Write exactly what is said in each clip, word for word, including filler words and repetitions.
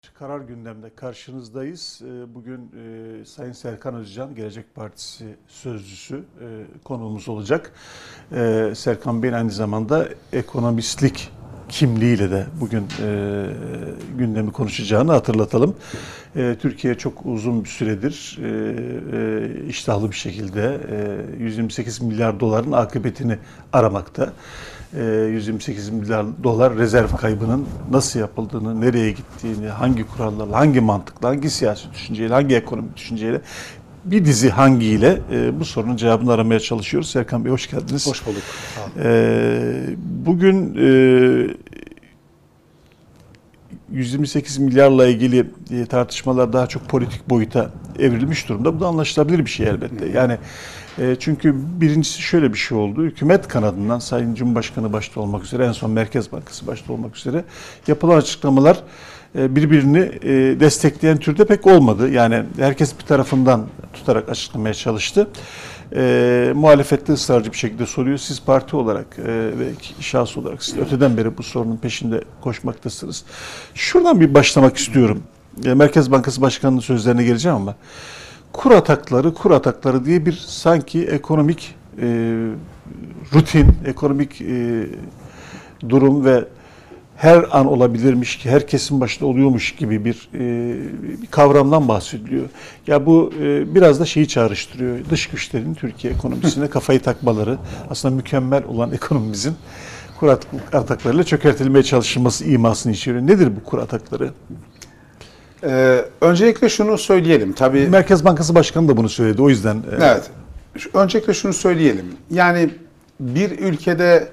Karar gündemde karşınızdayız. Bugün e, Sayın Serkan Özcan, Gelecek Partisi sözcüsü e, konuğumuz olacak. E, Serkan Bey'in aynı zamanda ekonomistlik kimliğiyle de bugün e, gündemi konuşacağını hatırlatalım. E, Türkiye çok uzun bir süredir e, e, iştahlı bir şekilde e, yüz yirmi sekiz milyar doların akıbetini aramakta. yüz yirmi sekiz milyar dolar rezerv kaybının nasıl yapıldığını, nereye gittiğini, hangi kurallarla, hangi mantıkla, hangi siyasi düşünceyle, hangi ekonomik düşünceyle, bir dizi hangiyle e, bu sorunun cevabını aramaya çalışıyoruz. Serkan Bey hoş geldiniz. Hoş bulduk. E, bugün e, yüz yirmi sekiz milyarla ilgili e, tartışmalar daha çok politik boyuta evrilmiş durumda. Bu da anlaşılabilir bir şey elbette. Yani e, çünkü birincisi şöyle bir şey oldu. Hükümet kanadından Sayın Cumhurbaşkanı başta olmak üzere, en son Merkez Bankası başta olmak üzere yapılan açıklamalar e, birbirini e, destekleyen türde pek olmadı. Yani herkes bir tarafından tutarak açıklamaya çalıştı. E, muhalefette ısrarcı bir şekilde soruyor. Siz parti olarak e, ve şahıs olarak siz öteden beri bu sorunun peşinde koşmaktasınız. Şuradan bir başlamak istiyorum. E, Merkez Bankası Başkanı'nın sözlerine geleceğim ama kur atakları, kur atakları diye bir sanki ekonomik e, rutin, ekonomik e, durum ve her an olabilirmiş ki, herkesin başında oluyormuş gibi bir, e, bir kavramdan bahsediliyor. Ya bu e, biraz da şeyi çağrıştırıyor. Dış güçlerin Türkiye ekonomisine kafayı takmaları, aslında mükemmel olan ekonomimizin kur ataklarıyla çökertilmeye çalışılması imasını içeriyor. Nedir bu kur atakları? Ee, öncelikle şunu söyleyelim. Tabii Merkez Bankası Başkanı da bunu söyledi. O yüzden. E, evet. Öncelikle şunu söyleyelim. Yani bir ülkede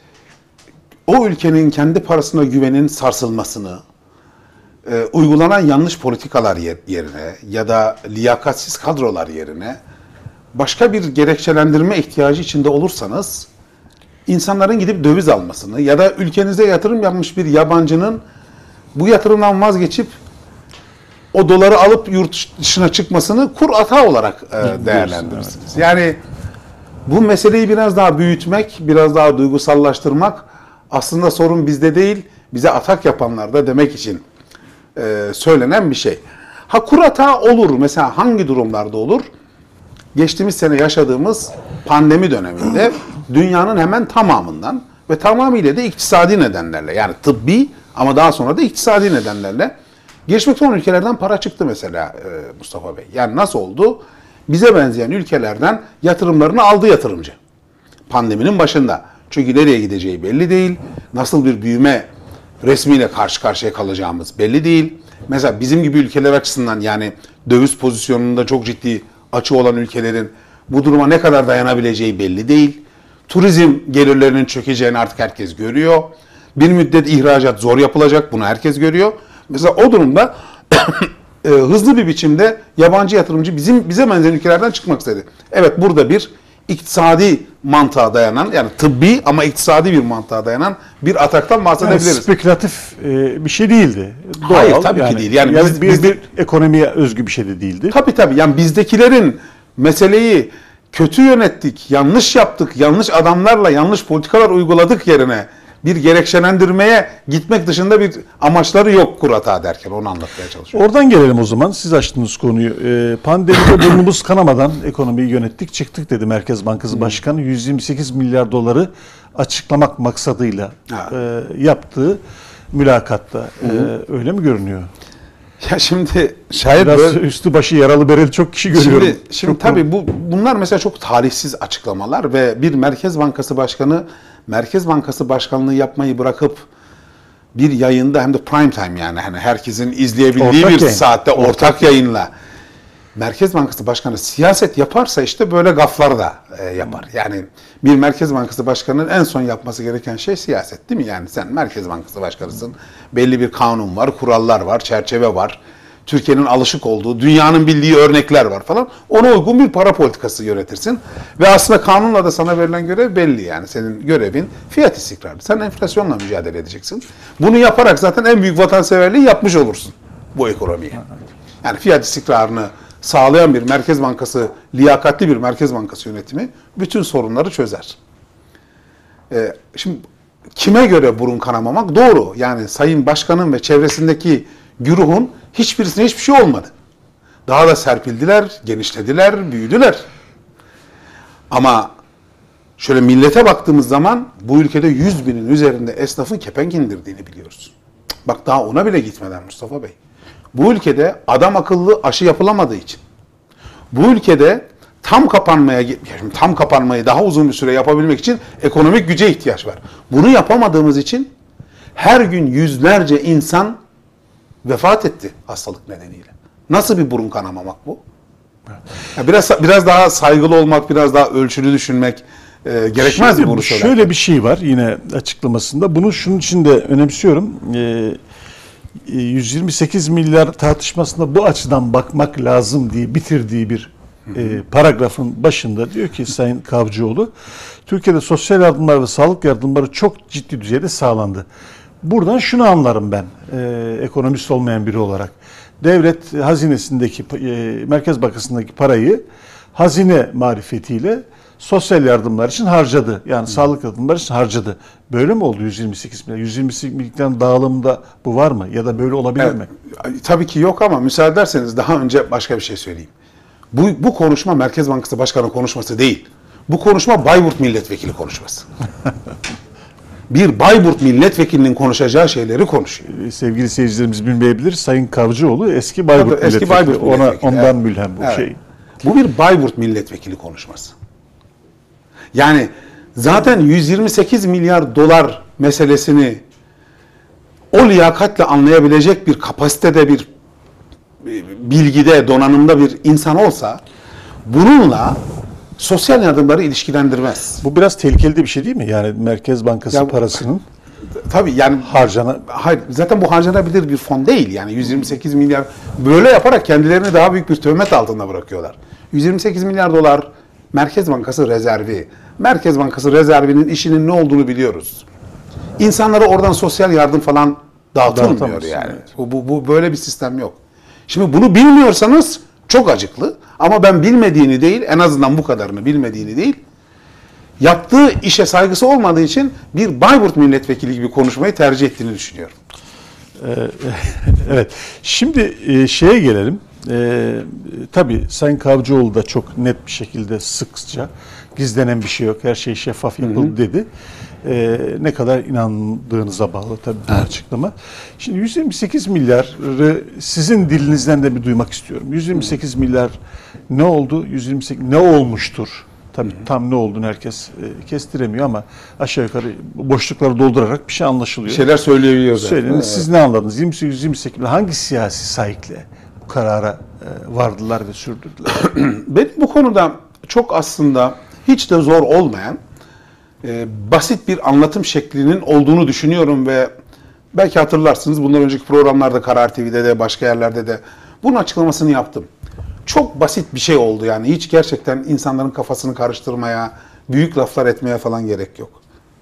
o ülkenin kendi parasına güvenin sarsılmasını, e, uygulanan yanlış politikalar yerine ya da liyakatsiz kadrolar yerine başka bir gerekçelendirme ihtiyacı içinde olursanız, insanların gidip döviz almasını ya da ülkenize yatırım yapmış bir yabancının bu yatırımdan vazgeçip o doları alıp yurt dışına çıkmasını kur atağı olarak e, değerlendirirsiniz. Evet. Yani bu meseleyi biraz daha büyütmek, biraz daha duygusallaştırmak, aslında sorun bizde değil, bize atak yapanlarda demek için e, söylenen bir şey. Ha, kur atağı olur. Mesela hangi durumlarda olur? Geçtiğimiz sene yaşadığımız pandemi döneminde dünyanın hemen tamamından ve tamamıyla da iktisadi nedenlerle, yani tıbbi ama daha sonra da iktisadi nedenlerle gelişmekte olan ülkelerden para çıktı mesela e, Mustafa Bey. Yani nasıl oldu? Bize benzeyen ülkelerden yatırımlarını aldı yatırımcı. Pandeminin başında. Çünkü nereye gideceği belli değil. Nasıl bir büyüme resmiyle karşı karşıya kalacağımız belli değil. Mesela bizim gibi ülkeler açısından, yani döviz pozisyonunda çok ciddi açı olan ülkelerin bu duruma ne kadar dayanabileceği belli değil. Turizm gelirlerinin çökeceğini artık herkes görüyor. Bir müddet ihracat zor yapılacak, bunu herkes görüyor. Mesela o durumda e, hızlı bir biçimde yabancı yatırımcı bizim bize benzer ülkelerden çıkmak istedi. Evet, burada bir iktisadi mantığa dayanan, yani tıbbi ama iktisadi bir mantığa dayanan bir ataktan bahsedebiliriz. Yani spekülatif e, bir şey değildi. Doğal, Hayır, tabii yani, ki değil. Yani, yani biz, bir, biz, bir ekonomiye özgü bir şey de değildi. Tabii tabii. Yani bizdekilerin meseleyi kötü yönettik, yanlış yaptık, yanlış adamlarla yanlış politikalar uyguladık yerine bir gerekçelendirmeye gitmek dışında bir amaçları yok kur atağı derken, onu anlatmaya çalışıyorum. Oradan gelelim o zaman. Siz açtınız konuyu. Ee, pandemide burnumuz kanamadan ekonomiyi yönettik, çıktık dedi Merkez Bankası Başkanı. yüz yirmi sekiz milyar doları açıklamak maksadıyla e, yaptığı mülakatta. E, öyle mi görünüyor? Ya şimdi şayet biraz böyle, üstü başı yaralı bereli çok kişi görüyorum. Şimdi, şimdi çok tabii bu bunlar mesela çok tarihsiz açıklamalar ve bir Merkez Bankası Başkanı Merkez Bankası Başkanlığı yapmayı bırakıp bir yayında, hem de prime time, yani hani herkesin izleyebildiği ortak bir yayın. saatte ortak, ortak yayınla Merkez Bankası Başkanı siyaset yaparsa işte böyle gaflar da e, yapar. Yani bir Merkez Bankası Başkanı'nın en son yapması gereken şey siyaset, değil mi? Yani sen Merkez Bankası Başkanısın. Belli bir kanun var, kurallar var, çerçeve var. Türkiye'nin alışık olduğu, dünyanın bildiği örnekler var falan. Ona uygun bir para politikası yönetirsin. Ve aslında kanunla da sana verilen görev belli yani. Senin görevin fiyat istikrarı. Sen enflasyonla mücadele edeceksin. Bunu yaparak zaten en büyük vatanseverliği yapmış olursun bu ekonomiye. Yani fiyat istikrarını sağlayan bir Merkez Bankası, liyakatli bir Merkez Bankası yönetimi bütün sorunları çözer. Ee, şimdi kime göre burun kanamamak? Doğru. Yani Sayın Başkan'ın ve çevresindeki güruhun hiçbirisine hiçbir şey olmadı. Daha da serpildiler, genişlediler, büyüdüler. Ama şöyle millete baktığımız zaman bu ülkede yüz binin üzerinde esnafın kepenk indirdiğini biliyoruz. Bak daha ona bile gitmeden Mustafa Bey. Bu ülkede adam akıllı aşı yapılamadığı için, bu ülkede tam kapanmaya, yani tam kapanmayı daha uzun bir süre yapabilmek için ekonomik güce ihtiyaç var. Bunu yapamadığımız için her gün yüzlerce insan vefat etti hastalık nedeniyle. Nasıl bir burun kanamamak bu? Ya biraz biraz daha saygılı olmak, biraz daha ölçülü düşünmek e, gerekmez mi bunu söylerken? Şöyle bir şey var yine açıklamasında. Bunu şunun için de önemsiyorum. Ee, yüz yirmi sekiz milyar tartışmasında bu açıdan bakmak lazım diye bitirdiği bir e, paragrafın başında diyor ki Sayın Kavcıoğlu, Türkiye'de sosyal yardımlar ve sağlık yardımları çok ciddi düzeyde sağlandı. Buradan şunu anlarım ben e, ekonomist olmayan biri olarak. Devlet hazinesindeki, e, Merkez Bankası'ndaki parayı hazine marifetiyle sosyal yardımlar için harcadı. Yani hmm. sağlık yardımları için harcadı. Böyle mi oldu yüz yirmi sekiz milyar? yüz yirmi sekiz milyarın dağılımında bu var mı? Ya da böyle olabilir evet, mi? Tabii ki yok ama müsaade ederseniz daha önce başka bir şey söyleyeyim. Bu, bu konuşma Merkez Bankası Başkanı konuşması değil. Bu konuşma Bayburt Milletvekili konuşması. Bir Bayburt milletvekilinin konuşacağı şeyleri konuşuyor. Sevgili seyircilerimiz bilmeyebilir. Sayın Kavcıoğlu eski Bayburt Tabii, eski milletvekili. Bayburt milletvekili. Ona, ondan evet. mülhem bu evet. şey. Bu bir Bayburt milletvekili konuşması. Yani zaten yüz yirmi sekiz milyar dolar meselesini o liyakatle anlayabilecek bir kapasitede, bir bilgide, donanımda bir insan olsa bununla sosyal yardımları ilişkilendirmez. Bu biraz tehlikeli de bir şey değil mi? Yani Merkez Bankası ya, parasının tabii yani harcana hayır, zaten bu harcanabilir bir fon değil. Yani yüz yirmi sekiz milyar böyle yaparak kendilerini daha büyük bir töhmet altında bırakıyorlar. yüz yirmi sekiz milyar dolar Merkez Bankası rezervi. Merkez Bankası rezervinin işinin ne olduğunu biliyoruz. İnsanlara oradan sosyal yardım falan dağıtılmıyor yani. Evet. Bu, bu, bu böyle bir sistem yok. Şimdi bunu bilmiyorsanız çok acıklı. Ama ben bilmediğini değil, en azından bu kadarını bilmediğini değil, yaptığı işe saygısı olmadığı için bir Bayburt milletvekili gibi konuşmayı tercih ettiğini düşünüyorum. Ee, evet. Şimdi e, şeye gelelim. Ee, tabii Sayın Kavcıoğlu da çok net bir şekilde sıkça gizlenen bir şey yok, her şey şeffaf yapıldı hı hı. dedi. Ee, ne kadar inandığınıza bağlı tabii bu evet. açıklama. Şimdi yüz yirmi sekiz milyarı sizin dilinizden de bir duymak istiyorum. yüz yirmi sekiz milyar ne oldu? yüz yirmi sekiz ne olmuştur? Tabii hı hı. tam ne olduğunu herkes e, kestiremiyor ama aşağı yukarı boşlukları doldurarak bir şey anlaşılıyor. Bir şeyler söyleyebiliyoruz. Söyleyin. Evet. Siz ne anladınız? yirmi sekiz yüz yirmi sekiz milyar hangi siyasi saikle bu karara e, vardılar ve sürdürdüler? Benim bu konuda çok aslında hiç de zor olmayan e, basit bir anlatım şeklinin olduğunu düşünüyorum ve belki hatırlarsınız bundan önceki programlarda Karar T V'de de başka yerlerde de bunun açıklamasını yaptım. Çok basit bir şey oldu yani hiç gerçekten insanların kafasını karıştırmaya, büyük laflar etmeye falan gerek yok.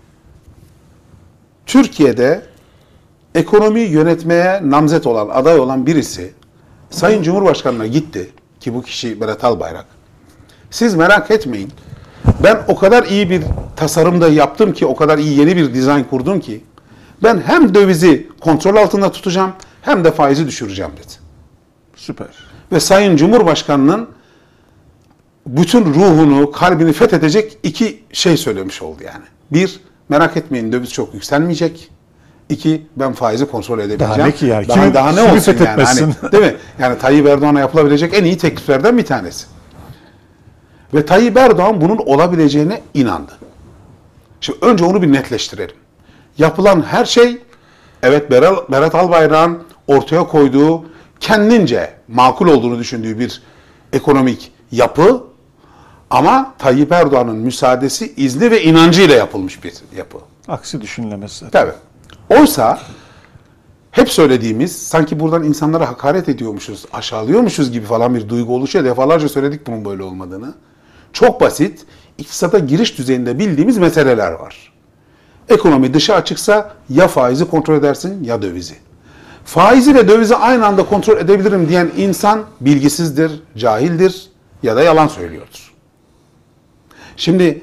Türkiye'de ekonomi yönetmeye namzet olan, aday olan birisi Sayın Cumhurbaşkanı'na gitti ki bu kişi Berat Albayrak. Siz merak etmeyin. Ben o kadar iyi bir tasarımda yaptım ki, o kadar iyi yeni bir dizayn kurdum ki ben hem dövizi kontrol altında tutacağım hem de faizi düşüreceğim dedi. Süper. Ve Sayın Cumhurbaşkanı'nın bütün ruhunu, kalbini fethedecek iki şey söylemiş oldu yani. Bir, merak etmeyin döviz çok yükselmeyecek. İki, ben faizi kontrol edebileceğim. Daha ne ki yani? Daha, Kimi, daha ne kimi olsun yani? Hani, değil mi? Yani Tayyip Erdoğan'a yapılabilecek en iyi tekliflerden bir tanesi. Ve Tayyip Erdoğan bunun olabileceğine inandı. Şimdi önce onu bir netleştirelim. Yapılan her şey, evet Berat Albayrak'ın ortaya koyduğu, kendince makul olduğunu düşündüğü bir ekonomik yapı ama Tayyip Erdoğan'ın müsaadesi, izni ve inancıyla yapılmış bir yapı. Aksi düşünülemez zaten. Tabii. Oysa hep söylediğimiz, sanki buradan insanlara hakaret ediyormuşuz, aşağılıyormuşuz gibi falan bir duygu oluşuyor. Defalarca söyledik bunun böyle olmadığını. Çok basit, iktisata giriş düzeyinde bildiğimiz meseleler var. Ekonomi dışa açıksa ya faizi kontrol edersin ya dövizi. Faizi ve dövizi aynı anda kontrol edebilirim diyen insan bilgisizdir, cahildir ya da yalan söylüyordur. Şimdi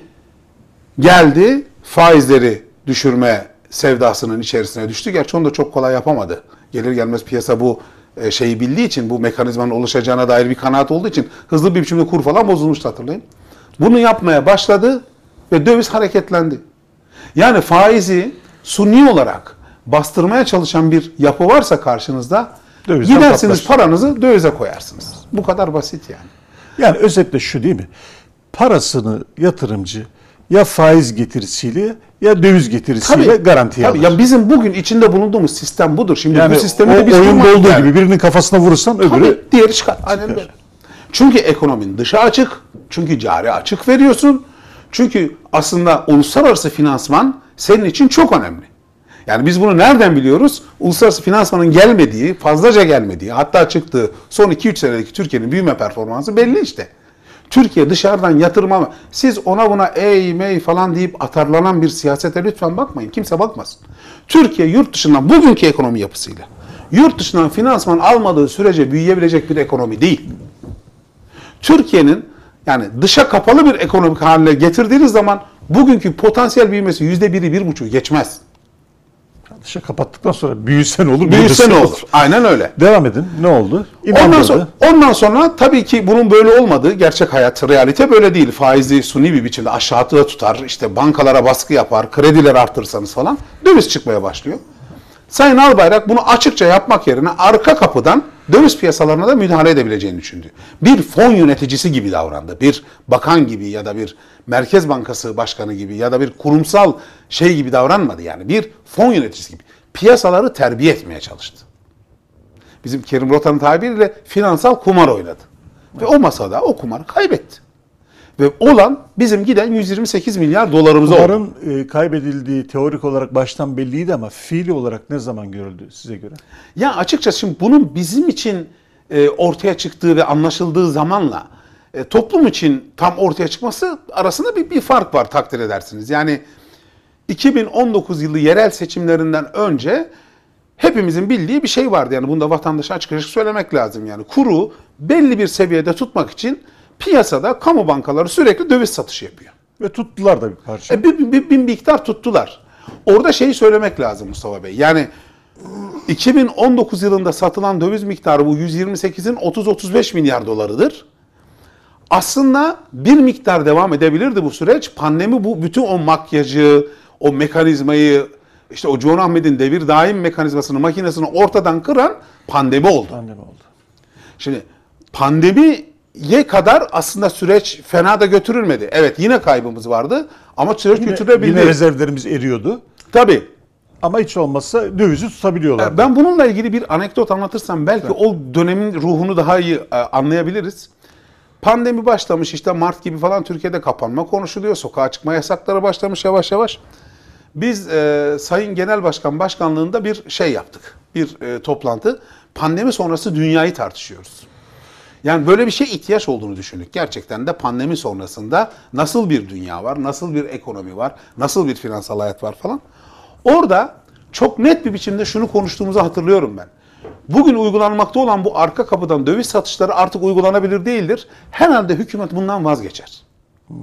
geldi faizleri düşürme sevdasının içerisine düştü. Gerçi onu da çok kolay yapamadı. Gelir gelmez piyasa bu e, şeyi bildiği için, bu mekanizmanın oluşacağına dair bir kanaat olduğu için hızlı bir biçimde kur falan bozulmuştu, hatırlayın. Bunu yapmaya başladı ve döviz hareketlendi. Yani faizi suni olarak bastırmaya çalışan bir yapı varsa karşınızda, Dövizden gidersiniz patlar. paranızı dövize koyarsınız. Bu kadar basit yani. Yani özetle şu değil mi? Parasını yatırımcı ya faiz getirisiyle ya döviz getirisiyle garantiye tabii. alır. Ya bizim bugün içinde bulunduğumuz sistem budur. Şimdi Yani bu sistemi o de biz oyunda kurmadık olduğu yani. gibi birinin kafasına vurursan öbürü Tabii, diğeri çıkar. Aynen böyle. Çünkü ekonominin dışı açık. Çünkü cari açık veriyorsun. Çünkü aslında uluslararası finansman senin için çok önemli. Yani biz bunu nereden biliyoruz? Uluslararası finansmanın gelmediği, fazlaca gelmediği, hatta çıktığı son iki üç senedeki Türkiye'nin büyüme performansı belli işte. Türkiye dışarıdan yatırım ama siz ona buna ey mey falan deyip atarlanan bir siyasete lütfen bakmayın. Kimse bakmasın. Türkiye yurt dışından bugünkü ekonomi yapısıyla yurt dışından finansman almadığı sürece büyüyebilecek bir ekonomi değil. Türkiye'nin yani dışa kapalı bir ekonomik haline getirdiğiniz zaman bugünkü potansiyel büyümesi yüzde biri, bir buçuğu geçmez. dışa kapattıktan sonra büyüsen olur. Büyüse ne büyürse olur? Aynen öyle. Devam edin. Ne oldu? Ondan İnandırdı. sonra, ondan sonra tabii ki bunun böyle olmadığı, gerçek hayat, realite böyle değil. Faizi suni bir biçimde aşağıda tutar, işte bankalara baskı yapar, kredileri arttırırsanız falan döviz çıkmaya başlıyor. Sayın Albayrak bunu açıkça yapmak yerine arka kapıdan döviz piyasalarına da müdahale edebileceğini düşündü. Bir fon yöneticisi gibi davrandı. Bir bakan gibi ya da bir Merkez Bankası başkanı gibi ya da bir kurumsal şey gibi davranmadı yani. Bir fon yöneticisi gibi. Piyasaları terbiye etmeye çalıştı. Bizim Kerim Rota'nın tabiriyle finansal kumar oynadı. Ve o masada o kumarı kaybetti. Ve olan bizim giden yüz yirmi sekiz milyar dolarımız oldu. Kumarın e, kaybedildiği teorik olarak baştan belliydi ama fiili olarak ne zaman görüldü size göre? Ya açıkçası şimdi bunun bizim için e, ortaya çıktığı ve anlaşıldığı zamanla e, toplum için tam ortaya çıkması arasında bir, bir fark var, takdir edersiniz. Yani iki bin on dokuz yılı yerel seçimlerinden önce hepimizin bildiği bir şey vardı. Yani bunu da vatandaşa açık açık söylemek lazım. Yani kuru belli bir seviyede tutmak için piyasada kamu bankaları sürekli döviz satışı yapıyor. Ve tuttular da bir parça. E, bir, bir, bir, bir miktar tuttular. Orada şeyi söylemek lazım Mustafa Bey. Yani iki bin on dokuz yılında satılan döviz miktarı bu yüz yirmi sekizin otuz otuz beş milyar dolarıdır. Aslında bir miktar devam edebilirdi bu süreç. Pandemi bu bütün o makyajı, o mekanizmayı, işte o John Ahmet'in devir daim mekanizmasını, makinesini ortadan kıran pandemi oldu. Pandemi oldu. Şimdi pandemiye kadar aslında süreç fena da götürülmedi. Evet, yine kaybımız vardı ama süreç Yine, götürülebildi. yine rezervlerimiz eriyordu. Tabii. Ama hiç olmazsa dövizi tutabiliyorlar. Ben bununla ilgili bir anekdot anlatırsam belki evet. O dönemin ruhunu daha iyi anlayabiliriz. Pandemi başlamış, işte Mart gibi falan Türkiye'de kapanma konuşuluyor. Sokağa çıkma yasakları başlamış yavaş yavaş. Biz e, Sayın Genel Başkan Başkanlığında bir şey yaptık. Bir e, toplantı. Pandemi sonrası dünyayı tartışıyoruz. Yani böyle bir şeye ihtiyaç olduğunu düşündük. Gerçekten de pandemi sonrasında nasıl bir dünya var, nasıl bir ekonomi var, nasıl bir finansal hayat var falan. Orada çok net bir biçimde şunu konuştuğumuzu hatırlıyorum ben. Bugün uygulanmakta olan bu arka kapıdan döviz satışları artık uygulanabilir değildir. Herhalde hükümet bundan vazgeçer. Hmm.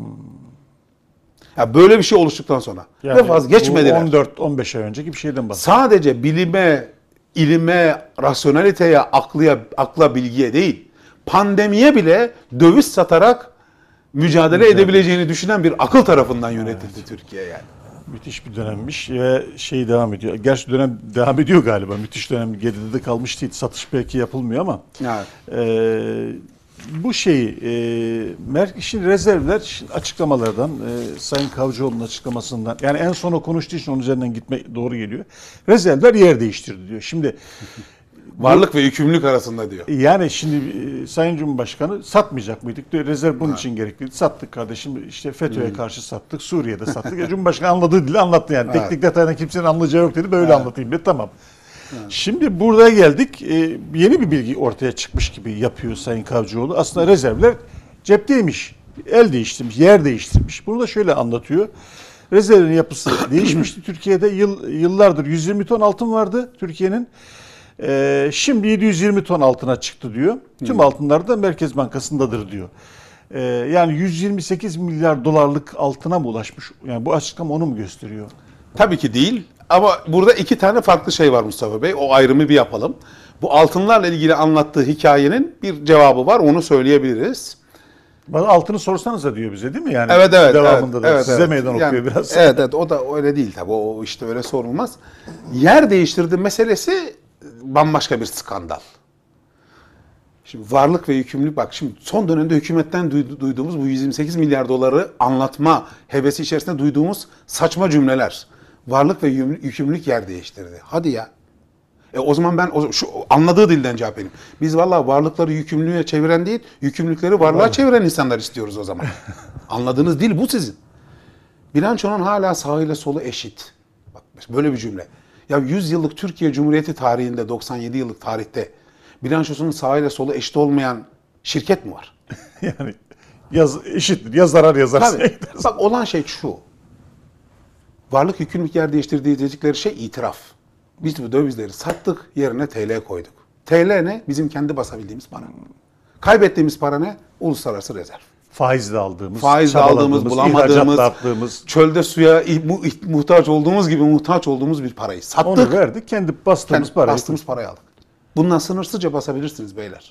Ya böyle bir şey oluştuktan sonra. Yani ve vazgeçmediler. on dört on beş ay önceki bir şeyden bahsediyoruz. Sadece bilime, ilime, rasyonaliteye, aklıya, akla, bilgiye değil, pandemiye bile döviz satarak mücadele Mücadele. edebileceğini düşünen bir akıl tarafından yönetildi evet. Türkiye yani. Müthiş bir dönemmiş ve şey devam ediyor. Gerçi dönem devam ediyor galiba. Müthiş dönem geride de kalmış değil. Satış belki yapılmıyor ama. Evet. E, bu şeyi, e, şimdi rezervler şimdi açıklamalardan, e, Sayın Kavcıoğlu'nun açıklamasından, yani en son o konuştuğu için onun üzerinden gitmek doğru geliyor. Rezervler yer değiştirdi diyor. Şimdi varlık bu, ve yükümlülük arasında diyor. Yani şimdi e, Sayın Cumhurbaşkanı satmayacak mıydık diyor. Rezerv bunun ha. için gerekliydi. Sattık kardeşim. İşte FETÖ'ye hmm. karşı sattık. Suriye'de sattık. Ya, Cumhurbaşkanı anladığı dili anlattı yani. Evet. Teknik detayına kimsenin anlayacağı yok dedi. Böyle evet. anlatayım dedi. Tamam. Evet. Şimdi burada geldik. E, yeni bir bilgi ortaya çıkmış gibi yapıyor Sayın Kavcıoğlu. Aslında rezervler cepteymiş. El değiştirmiş, yer değiştirmiş. Bunu da şöyle anlatıyor. Rezervin yapısı değişmişti. Türkiye'de yıl, yıllardır yüz yirmi ton altın vardı Türkiye'nin. Ee, şimdi yedi yüz yirmi ton altına çıktı diyor. Tüm hmm. altınlar da Merkez Bankası'ndadır diyor. Ee, yani yüz yirmi sekiz milyar dolarlık altına mı ulaşmış? Yani bu açıklama onu mu gösteriyor? Tabii ki değil. Ama burada iki tane farklı şey var Mustafa Bey. O ayrımı bir yapalım. Bu altınlarla ilgili anlattığı hikayenin bir cevabı var. Onu söyleyebiliriz. Bana altını sorsanıza diyor bize, değil mi? Yani Evet evet. devamında evet, da evet, size evet. meydan Yani, okuyor biraz. Evet evet, o da öyle değil tabii. O işte öyle sorulmaz. Yer değiştirdi meselesi bambaşka bir skandal. Şimdi varlık ve yükümlülük, bak şimdi son dönemde hükümetten duyduğumuz bu yüz yirmi sekiz milyar doları anlatma hevesi içerisinde duyduğumuz saçma cümleler. Varlık ve yükümlülük yer değiştirdi. Hadi ya. E o zaman ben o, şu anladığı dilden cevap vereyim. Biz vallahi varlıkları yükümlülüğe çeviren değil, yükümlülükleri varlığa Vallahi. çeviren insanlar istiyoruz o zaman. Anladığınız dil bu sizin. Bilançonun hala sağıyla solu eşit. Bak böyle bir cümle. Ya yüz yıllık Türkiye Cumhuriyeti tarihinde, doksan yedi yıllık tarihte bilançosunun sağıyla solu eşit olmayan şirket mi var? Yani yaz, eşittir. Ya zarar yazarsa. Tabii. Bak olan şey şu. Varlık yükümlülük yer değiştirdiği dedikleri şey itiraf. Biz bu dövizleri sattık, yerine T L koyduk. T L ne? Bizim kendi basabildiğimiz para. Kaybettiğimiz para ne? Uluslararası rezerv. Faizle aldığımız, faizle aldığımız, bulamadığımız, yaptığımız, çölde suya muhtaç olduğumuz gibi muhtaç olduğumuz bir parayı sattık. Onu verdik, kendi bastığımız kendi parayı. Bastığımız parayı aldık. Bundan sınırsızca basabilirsiniz beyler.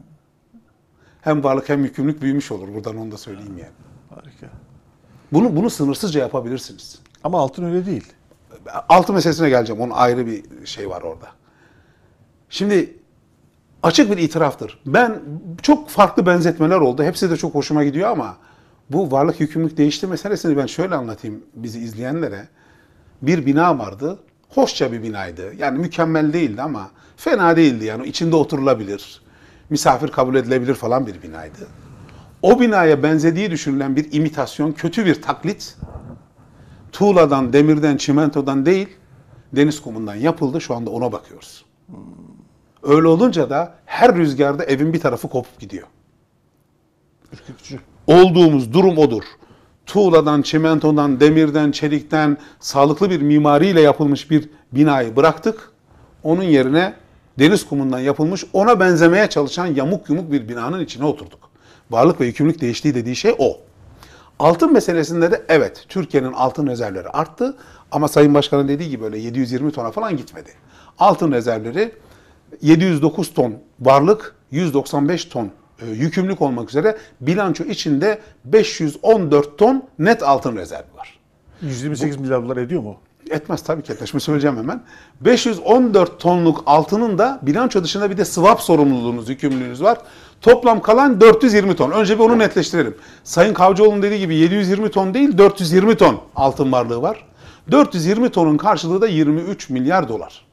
Hem varlık hem yükümlülük büyümüş olur. Buradan onu da söyleyeyim yani. Harika. Bunu bunu sınırsızca yapabilirsiniz. Ama altın öyle değil. Altın meselesine geleceğim. Onun ayrı bir şey var orada. Şimdi açık bir itiraftır. Ben çok farklı benzetmeler oldu. Hepsi de çok hoşuma gidiyor ama bu varlık yükümlülük değişti meselesini ben şöyle anlatayım bizi izleyenlere. Bir bina vardı. Hoşça bir binaydı. Yani mükemmel değildi ama fena değildi. Yani içinde oturulabilir, misafir kabul edilebilir falan bir binaydı. O binaya benzediği düşünülen bir imitasyon, kötü bir taklit, tuğladan, demirden, çimentodan değil, deniz kumundan yapıldı. Şu anda ona bakıyoruz. Öyle olunca da her rüzgarda evin bir tarafı kopup gidiyor. Ürkütücü. Olduğumuz durum odur. Tuğladan, çimentodan, demirden, çelikten, sağlıklı bir mimariyle yapılmış bir binayı bıraktık. Onun yerine deniz kumundan yapılmış, ona benzemeye çalışan yamuk yumuk bir binanın içine oturduk. Varlık ve yükümlülük değiştiği dediği şey o. Altın meselesinde de evet, Türkiye'nin altın rezervleri arttı ama Sayın Başkan'ın dediği gibi öyle yedi yüz yirmi tona falan gitmedi. Altın rezervleri yedi yüz dokuz ton varlık, yüz doksan beş ton e, yükümlülük olmak üzere bilanço içinde beş yüz on dört ton net altın rezervi var. yüz yirmi sekiz milyar dolar ediyor mu? Etmez tabii ki etmez. Şimdi söyleyeceğim hemen. beş yüz on dört tonluk altının da bilanço dışında bir de swap sorumluluğunuz, yükümlülüğünüz var. Toplam kalan dört yüz yirmi ton. Önce bir onu netleştirelim. Sayın Kavcıoğlu'nun dediği gibi yedi yüz yirmi ton değil, dört yüz yirmi ton altın varlığı var. dört yüz yirmi tonun karşılığı da yirmi üç milyar dolar.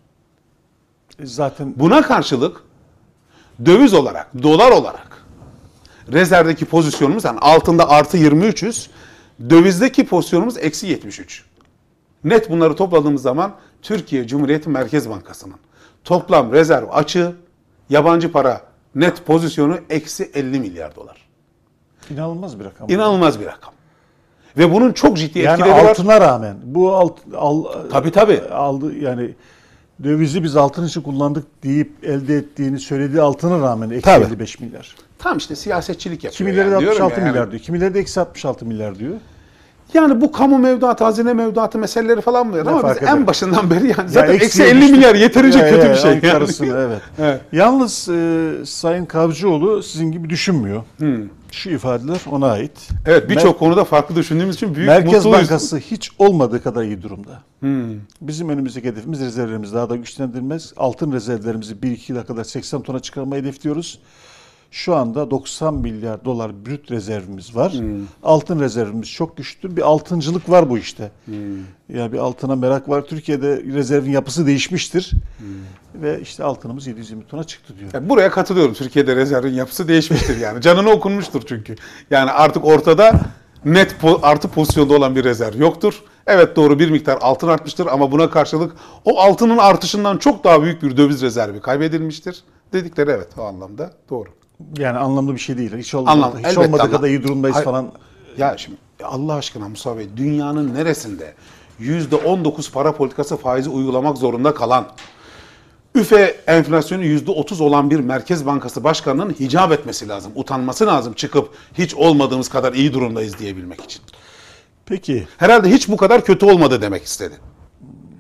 Zaten buna karşılık döviz olarak, dolar olarak rezervdeki pozisyonumuz, yani altında artı yirmi üç yüz, dövizdeki pozisyonumuz eksi yetmiş üç. Net bunları topladığımız zaman Türkiye Cumhuriyeti Merkez Bankası'nın toplam rezerv açığı, yabancı para net pozisyonu eksi elli milyar dolar. İnanılmaz bir rakam. İnanılmaz bir rakam. Ve bunun çok ciddi yani etkileri var. altına rağmen bu alt, al, tabii tabii. aldı yani dövizi biz altın için kullandık deyip elde ettiğini söylediği altına rağmen eksi tabii. elli beş milyar. Tam işte siyasetçilik yapıyor. Kimileri de yani, altmış altı yani. milyar diyor. Kimileri de eksi altmış altı milyar diyor. Yani bu kamu mevduatı, hazine mevduatı meseleleri falan var ama biz eder? en başından beri yani zaten ya eksi elli milyar yeterince ya, kötü ya, bir şey. Yani. Arasında, evet. evet. Yalnız e, Sayın Kavcıoğlu sizin gibi düşünmüyor. Hmm. Şu ifadeler ona ait. Evet, birçok konuda farklı düşündüğümüz için büyük Merkez mutluyuz. Bankası hiç olmadığı kadar iyi durumda. Hmm. Bizim önümüzdeki hedefimiz rezervlerimizi daha da güçlendirmez. Altın rezervlerimizi bir iki yıla kadar seksen tona çıkarmayı hedefliyoruz. Şu anda doksan milyar dolar brüt rezervimiz var. Hmm. Altın rezervimiz çok güçlü. Bir altıncılık var bu işte. Hmm. Ya bir altına merak var. Türkiye'de rezervin yapısı değişmiştir. Hmm. Ve işte altınımız yedi yüz yirmi tona çıktı diyor. Yani buraya katılıyorum. Türkiye'de rezervin yapısı değişmiştir yani. Canına okunmuştur çünkü. Yani artık ortada net po- artı pozisyonda olan bir rezerv yoktur. Evet, doğru, bir miktar altın artmıştır ama buna karşılık o altının artışından çok daha büyük bir döviz rezervi kaybedilmiştir. Dedikleri evet, o anlamda doğru. Yani anlamlı bir şey değil. Hiç olmadı, Anlam, hiç olmadığı anlam. kadar iyi durumdayız Hayır, falan. Ya şimdi Allah aşkına Musa Bey, dünyanın neresinde yüzde on dokuz para politikası faizi uygulamak zorunda kalan, üfe enflasyonu yüzde otuz olan bir Merkez Bankası Başkanı'nın hicap etmesi lazım, utanması lazım çıkıp hiç olmadığımız kadar iyi durumdayız diyebilmek için. Peki. Herhalde hiç bu kadar kötü olmadı demek istedi.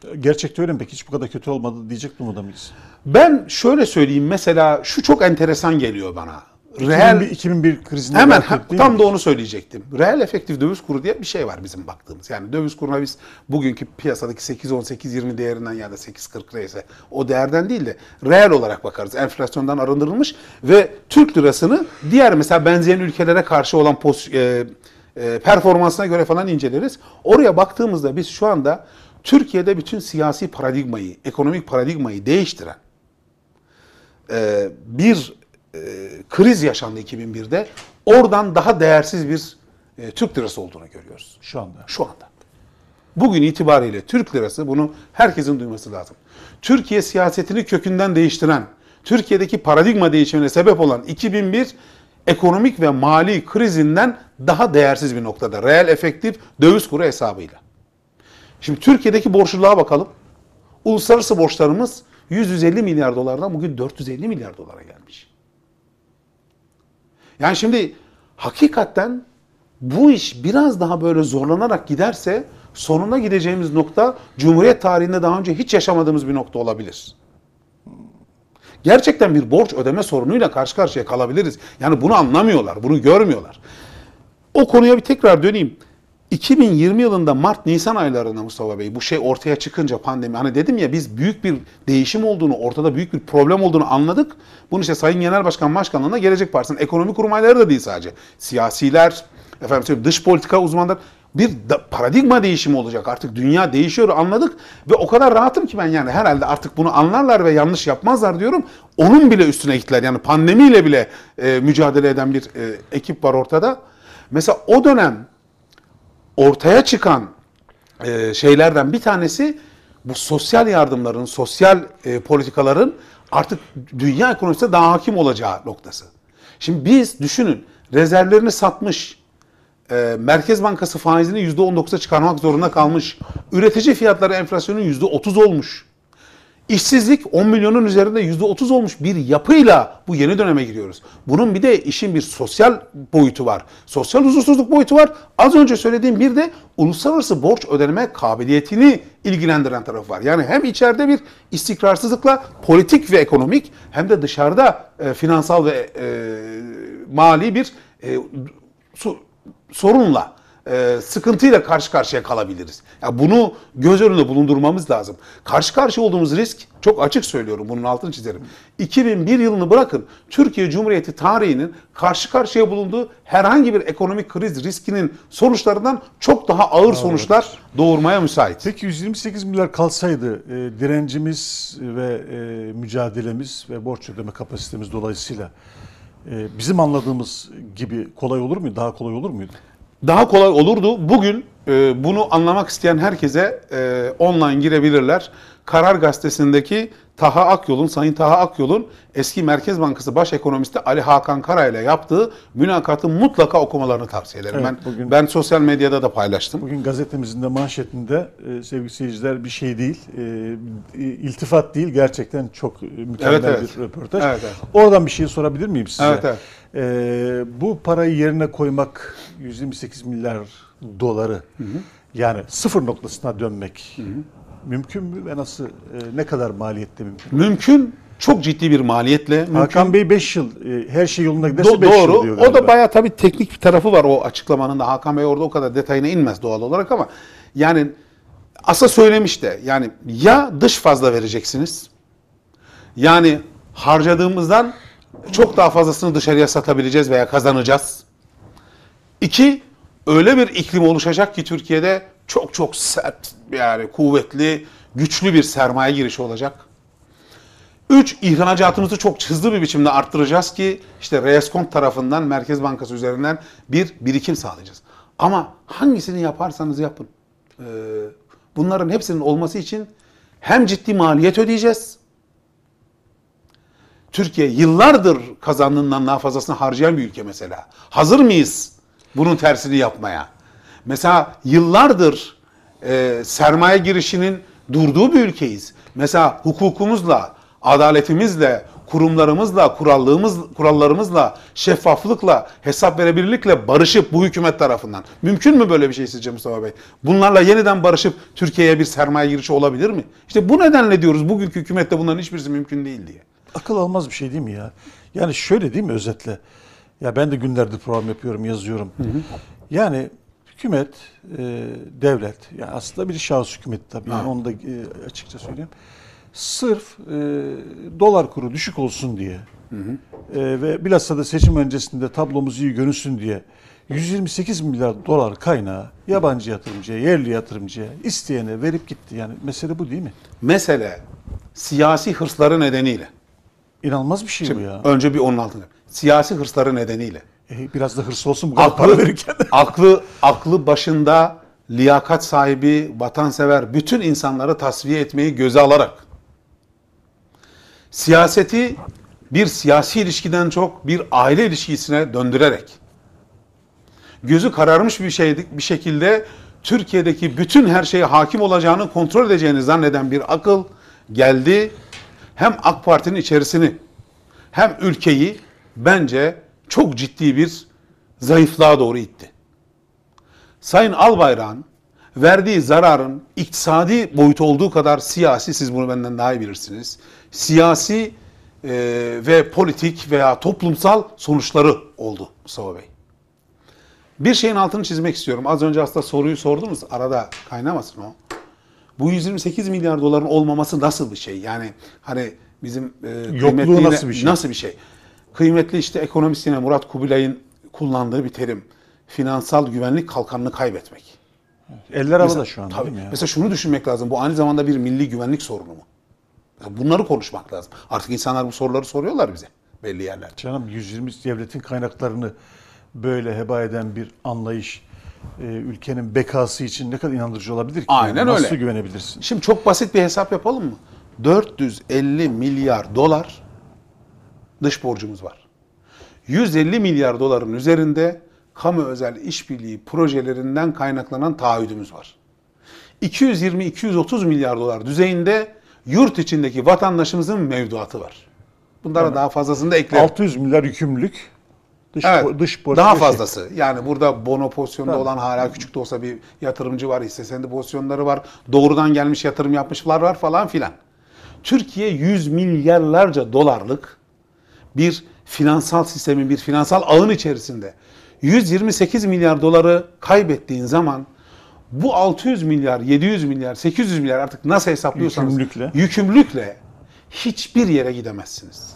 Gerçekte öyle mi peki? Hiç bu kadar kötü olmadı diyecek durumda mıyız? Ben şöyle söyleyeyim, mesela şu çok enteresan geliyor bana. Reel, iki bin bir, iki bin bir krizinde hemen bahsettik, değil tam mi? da onu söyleyecektim. Reel efektif döviz kuru diye bir şey var bizim baktığımız. Yani döviz kuruna biz bugünkü piyasadaki sekiz on sekiz yirmi değerinden ya da sekiz kırk neyse o değerden değil de reel olarak bakarız. Enflasyondan arındırılmış ve Türk lirasını diğer mesela benzeyen ülkelere karşı olan pos, e, e, performansına göre falan inceleriz. Oraya baktığımızda biz şu anda Türkiye'de bütün siyasi paradigmayı, ekonomik paradigmayı değiştiren e, bir e, kriz yaşandı iki bin birde. Oradan daha değersiz bir e, Türk lirası olduğunu görüyoruz. Şu anda. Şu anda. Bugün itibariyle Türk lirası, bunu herkesin duyması lazım. Türkiye siyasetini kökünden değiştiren, Türkiye'deki paradigma değişimine sebep olan iki bin bir ekonomik ve mali krizinden daha değersiz bir noktada. Reel efektif döviz kuru hesabıyla. Şimdi Türkiye'deki borçluluğa bakalım. Uluslararası borçlarımız yüz yüz elli milyar dolardan bugün dört yüz elli milyar dolara gelmiş. Yani şimdi hakikaten bu iş biraz daha böyle zorlanarak giderse sonuna gideceğimiz nokta Cumhuriyet tarihinde daha önce hiç yaşamadığımız bir nokta olabilir. Gerçekten bir borç ödeme sorunuyla karşı karşıya kalabiliriz. Yani bunu anlamıyorlar, bunu görmüyorlar. O konuya bir tekrar döneyim. iki bin yirmi yılında Mart-Nisan aylarında Mustafa Bey bu şey ortaya çıkınca pandemi, hani dedim ya biz büyük bir değişim olduğunu, ortada büyük bir problem olduğunu anladık. Bunu işte Sayın Genel Başkan Başkanlığı'na Gelecek Partisi'nin ekonomi kurmayları da değil sadece. Siyasiler, efendim söyleyeyim, dış politika uzmanları, bir da, paradigma değişimi olacak. Artık dünya değişiyor anladık ve o kadar rahatım ki ben, yani herhalde artık bunu anlarlar ve yanlış yapmazlar diyorum. Onun bile üstüne gittiler. Yani pandemiyle bile e, mücadele eden bir e, ekip var ortada. Mesela o dönem ortaya çıkan e, şeylerden bir tanesi bu sosyal yardımların, sosyal e, politikaların artık dünya ekonomisine daha hakim olacağı noktası. Şimdi biz düşünün, rezervlerini satmış, e, Merkez Bankası faizini yüzde on dokuza çıkarmak zorunda kalmış, üretici fiyatları enflasyonun yüzde otuz olmuş, İşsizlik on milyonun üzerinde yüzde otuz olmuş bir yapıyla bu yeni döneme giriyoruz. Bunun bir de işin bir sosyal boyutu var. Sosyal huzursuzluk boyutu var. Az önce söylediğim bir de uluslararası borç ödeme kabiliyetini ilgilendiren tarafı var. Yani hem içeride bir istikrarsızlıkla politik ve ekonomik, hem de dışarıda e, finansal ve e, mali bir e, su, sorunla, e, sıkıntıyla karşı karşıya kalabiliriz. Yani bunu göz önünde bulundurmamız lazım. Karşı karşıya olduğumuz risk, çok açık söylüyorum, bunun altını çizerim. iki bin bir yılını bırakın, Türkiye Cumhuriyeti tarihinin karşı karşıya bulunduğu herhangi bir ekonomik kriz riskinin sonuçlarından çok daha ağır sonuçlar doğurmaya müsait. Peki yüz yirmi sekiz milyar kalsaydı e, direncimiz ve e, mücadelemiz ve borç ödeme kapasitemiz dolayısıyla e, bizim anladığımız gibi kolay olur muydu? Daha kolay olur muydu? Daha kolay olurdu. Bugün e, bunu anlamak isteyen herkese e, online girebilirler. Karar Gazetesi'ndeki Taha Akyol'un, Sayın Taha Akyol'un eski Merkez Bankası Baş Ekonomisti Ali Hakan Kara ile yaptığı mülakatı mutlaka okumalarını tavsiye ederim. Evet, ben bugün, ben sosyal medyada da paylaştım. Bugün gazetemizin de manşetinde e, sevgili seyirciler bir şey değil, e, iltifat değil, gerçekten çok mükemmel Evet, evet. bir röportaj. Evet, evet. Oradan bir şey sorabilir miyim size? Evet, evet. E, bu parayı yerine koymak, yüz yirmi sekiz milyar doları, hı hı, yani sıfır noktasına dönmek, hı hı, mümkün mü ve nasıl, e, ne kadar maliyette mümkün? Mümkün. Çok ciddi bir maliyetle. Mümkün. Hakan Bey beş yıl, e, her şey yolunda giderse Do- beş doğru. yıl diyor O galiba. da bayağı tabii teknik bir tarafı var o açıklamanın da. Hakan Bey orada o kadar detayına inmez doğal olarak ama yani asa söylemiş de, yani ya dış fazla vereceksiniz, yani harcadığımızdan çok daha fazlasını dışarıya satabileceğiz veya kazanacağız. İki, öyle bir iklim oluşacak ki Türkiye'de çok çok sert, yani kuvvetli, güçlü bir sermaye girişi olacak. Üç, ihracatımızı çok hızlı bir biçimde arttıracağız ki işte Reskont tarafından, Merkez Bankası üzerinden bir birikim sağlayacağız. Ama hangisini yaparsanız yapın, bunların hepsinin olması için hem ciddi maliyet ödeyeceğiz. Türkiye yıllardır kazandığından daha fazlasını harcayan bir ülke mesela. Hazır mıyız bunun tersini yapmaya? Mesela yıllardır e, sermaye girişinin durduğu bir ülkeyiz. Mesela hukukumuzla, adaletimizle, kurumlarımızla, kurallığımız, kurallarımızla, şeffaflıkla, hesap verebilirlikle barışıp bu hükümet tarafından. Mümkün mü böyle bir şey sizce Mustafa Bey? Bunlarla yeniden barışıp Türkiye'ye bir sermaye girişi olabilir mi? İşte bu nedenle diyoruz bugünkü hükümette bunların hiçbirisi mümkün değil diye. Akıl almaz bir şey değil mi ya? Yani şöyle değil mi özetle? Ya ben de günlerdir program yapıyorum, yazıyorum. Hı hı. Yani hükümet, e, devlet, yani aslında bir şahıs hükümeti tabii. Yani onu da e, açıkça söyleyeyim. Sırf e, dolar kuru düşük olsun diye hı hı. E, ve bilhassa da seçim öncesinde tablomuz iyi görünsün diye yüz yirmi sekiz milyar dolar kaynağı yabancı yatırımcıya, yerli yatırımcıya, isteyene verip gitti. Yani mesele bu değil mi? Mesele siyasi hırsları nedeniyle. İnanılmaz bir şey Şimdi, bu ya. Önce bir onun altında. Siyasi hırsları nedeniyle. E, biraz da hırs olsun bu kadar para verirken. aklı, aklı başında, liyakat sahibi, vatansever bütün insanları tasfiye etmeyi göze alarak siyaseti bir siyasi ilişkiden çok bir aile ilişkisine döndürerek gözü kararmış bir şey bir şekilde Türkiye'deki bütün her şeye hakim olacağını kontrol edeceğini zanneden bir akıl geldi. Hem AK Parti'nin içerisini hem ülkeyi bence çok ciddi bir zayıflığa doğru itti. Sayın Albayrak'ın verdiği zararın iktisadi boyutu olduğu kadar siyasi, siz bunu benden daha iyi bilirsiniz, siyasi e, ve politik veya toplumsal sonuçları oldu Mustafa Bey. Bir şeyin altını çizmek istiyorum. Az önce aslında soruyu sordunuz. Arada kaynamasın o. Bu yüz yirmi sekiz milyar doların olmaması nasıl bir şey? Yani hani bizim e, yokluğu nasıl bir şey? Nasıl bir şey? Kıymetli işte ekonomist yine Murat Kubilay'ın kullandığı bir terim. Finansal güvenlik kalkanını kaybetmek. Eller havada şu anda tabii, değil mi ya? Mesela şunu düşünmek lazım. Bu aynı zamanda bir milli güvenlik sorunu mu? Bunları konuşmak lazım. Artık insanlar bu soruları soruyorlar bize belli yerlerde. Canım yüz yirmi devletin kaynaklarını böyle heba eden bir anlayış e, ülkenin bekası için ne kadar inandırıcı olabilir ki? Aynen yani öyle. Nasıl güvenebilirsin? Şimdi çok basit bir hesap yapalım mı? dört yüz elli milyar dolar dış borcumuz var. yüz elli milyar doların üzerinde kamu özel işbirliği projelerinden kaynaklanan taahhüdümüz var. iki yüz yirmi iki yüz otuz milyar dolar düzeyinde yurt içindeki vatandaşımızın mevduatı var. Bunlara yani daha fazlasını da ekleyelim. altı yüz milyar yükümlülük. Dış, evet, dış borç daha şey. fazlası. Yani burada bono pozisyonda Tabii. olan hala küçük de olsa bir yatırımcı var, hisse senedi pozisyonları var, doğrudan gelmiş yatırım yapmışlar var falan filan. Türkiye yüz milyarlarca dolarlık bir finansal sistemin, bir finansal ağın içerisinde yüz yirmi sekiz milyar doları kaybettiğin zaman bu altı yüz milyar, yedi yüz milyar, sekiz yüz milyar artık nasıl hesaplıyorsanız yükümlülükle, yükümlülükle hiçbir yere gidemezsiniz.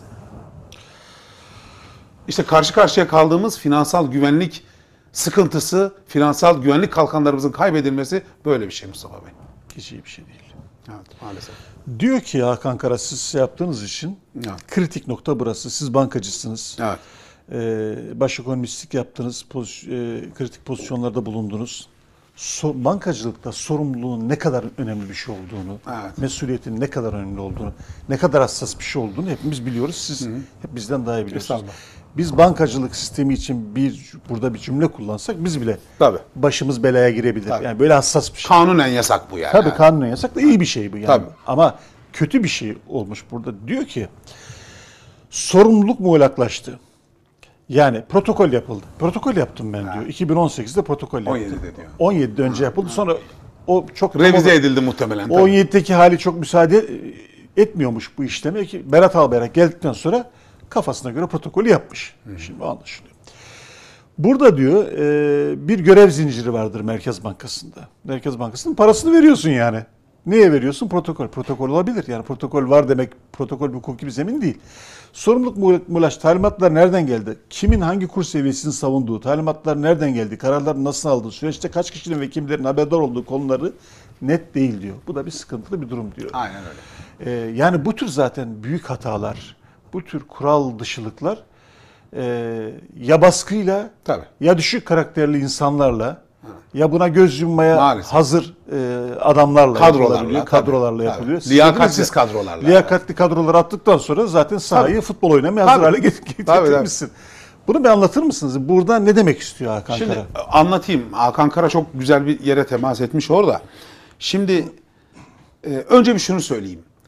İşte karşı karşıya kaldığımız finansal güvenlik sıkıntısı, finansal güvenlik kalkanlarımızın kaybedilmesi böyle bir şey Mustafa Bey. Hiç iyi bir şey değil. Evet, maalesef. Diyor ki Hakan Kara, siz yaptığınız için evet. kritik nokta burası. Siz bankacısınız. Evet. Ee, baş ekonomistlik yaptınız. Poz, e, kritik pozisyonlarda bulundunuz. So, bankacılıkta sorumluluğun ne kadar önemli bir şey olduğunu, evet. mesuliyetin ne kadar önemli olduğunu, ne kadar hassas bir şey olduğunu hepimiz biliyoruz. Siz hı hı. hep bizden daha iyi biliyorsunuz. Biz bankacılık sistemi için bir burada bir cümle kullansak biz bile Tabii. başımız belaya girebilir. Tabii. Yani böyle hassas bir şey. Kanunen yasak bu yani. Tabii kanunen yasak da iyi bir şey bu yani. Tabii. Ama kötü bir şey olmuş burada. Diyor ki sorumluluk muğlaklaştı. Yani protokol yapıldı. Protokol yaptım ben ha. diyor. iki bin on sekizde protokol yaptım. on yedide diyor. on yedide önce yapıldı. Sonra o çok revize edildi muhtemelen. on yedideki hali çok müsaade etmiyormuş bu işleme ki Berat Albayrak geldikten sonra kafasına göre protokolü yapmış. Hı. Şimdi anlaşılıyor. Burada diyor bir görev zinciri vardır Merkez Bankası'nda. Merkez Bankası'nın parasını veriyorsun yani. Neye veriyorsun? Protokol. Protokol olabilir. Yani protokol var demek protokol bir hukuki bir zemin değil. Sorumluluk mulaş talimatlar nereden geldi? Kimin hangi kur seviyesini savunduğu, talimatlar nereden geldi? Kararlar nasıl aldı? Süreçte kaç kişinin ve kimlerin haberdar olduğu konuları net değil diyor. Bu da bir sıkıntılı bir durum diyor. Aynen öyle. Ee, yani bu tür zaten büyük hatalar, bu tür kural dışılıklar e, ya baskıyla Tabii. ya düşük karakterli insanlarla ya buna göz yummaya Maalesef. hazır e, adamlarla kadrolarla, kadrolarla yapılıyor. Tabii. Liyakatsiz kadrolarla. Liyakatli kadroları attıktan sonra zaten sahayı tabii. futbol oynamaya hazır hale getirmişsin. Bunu bir anlatır mısınız? Burada ne demek istiyor Hakan Şimdi, Kara? Şimdi anlatayım. Hakan Kara çok güzel bir yere temas etmiş orada. Şimdi e, önce bir şunu söyleyeyim.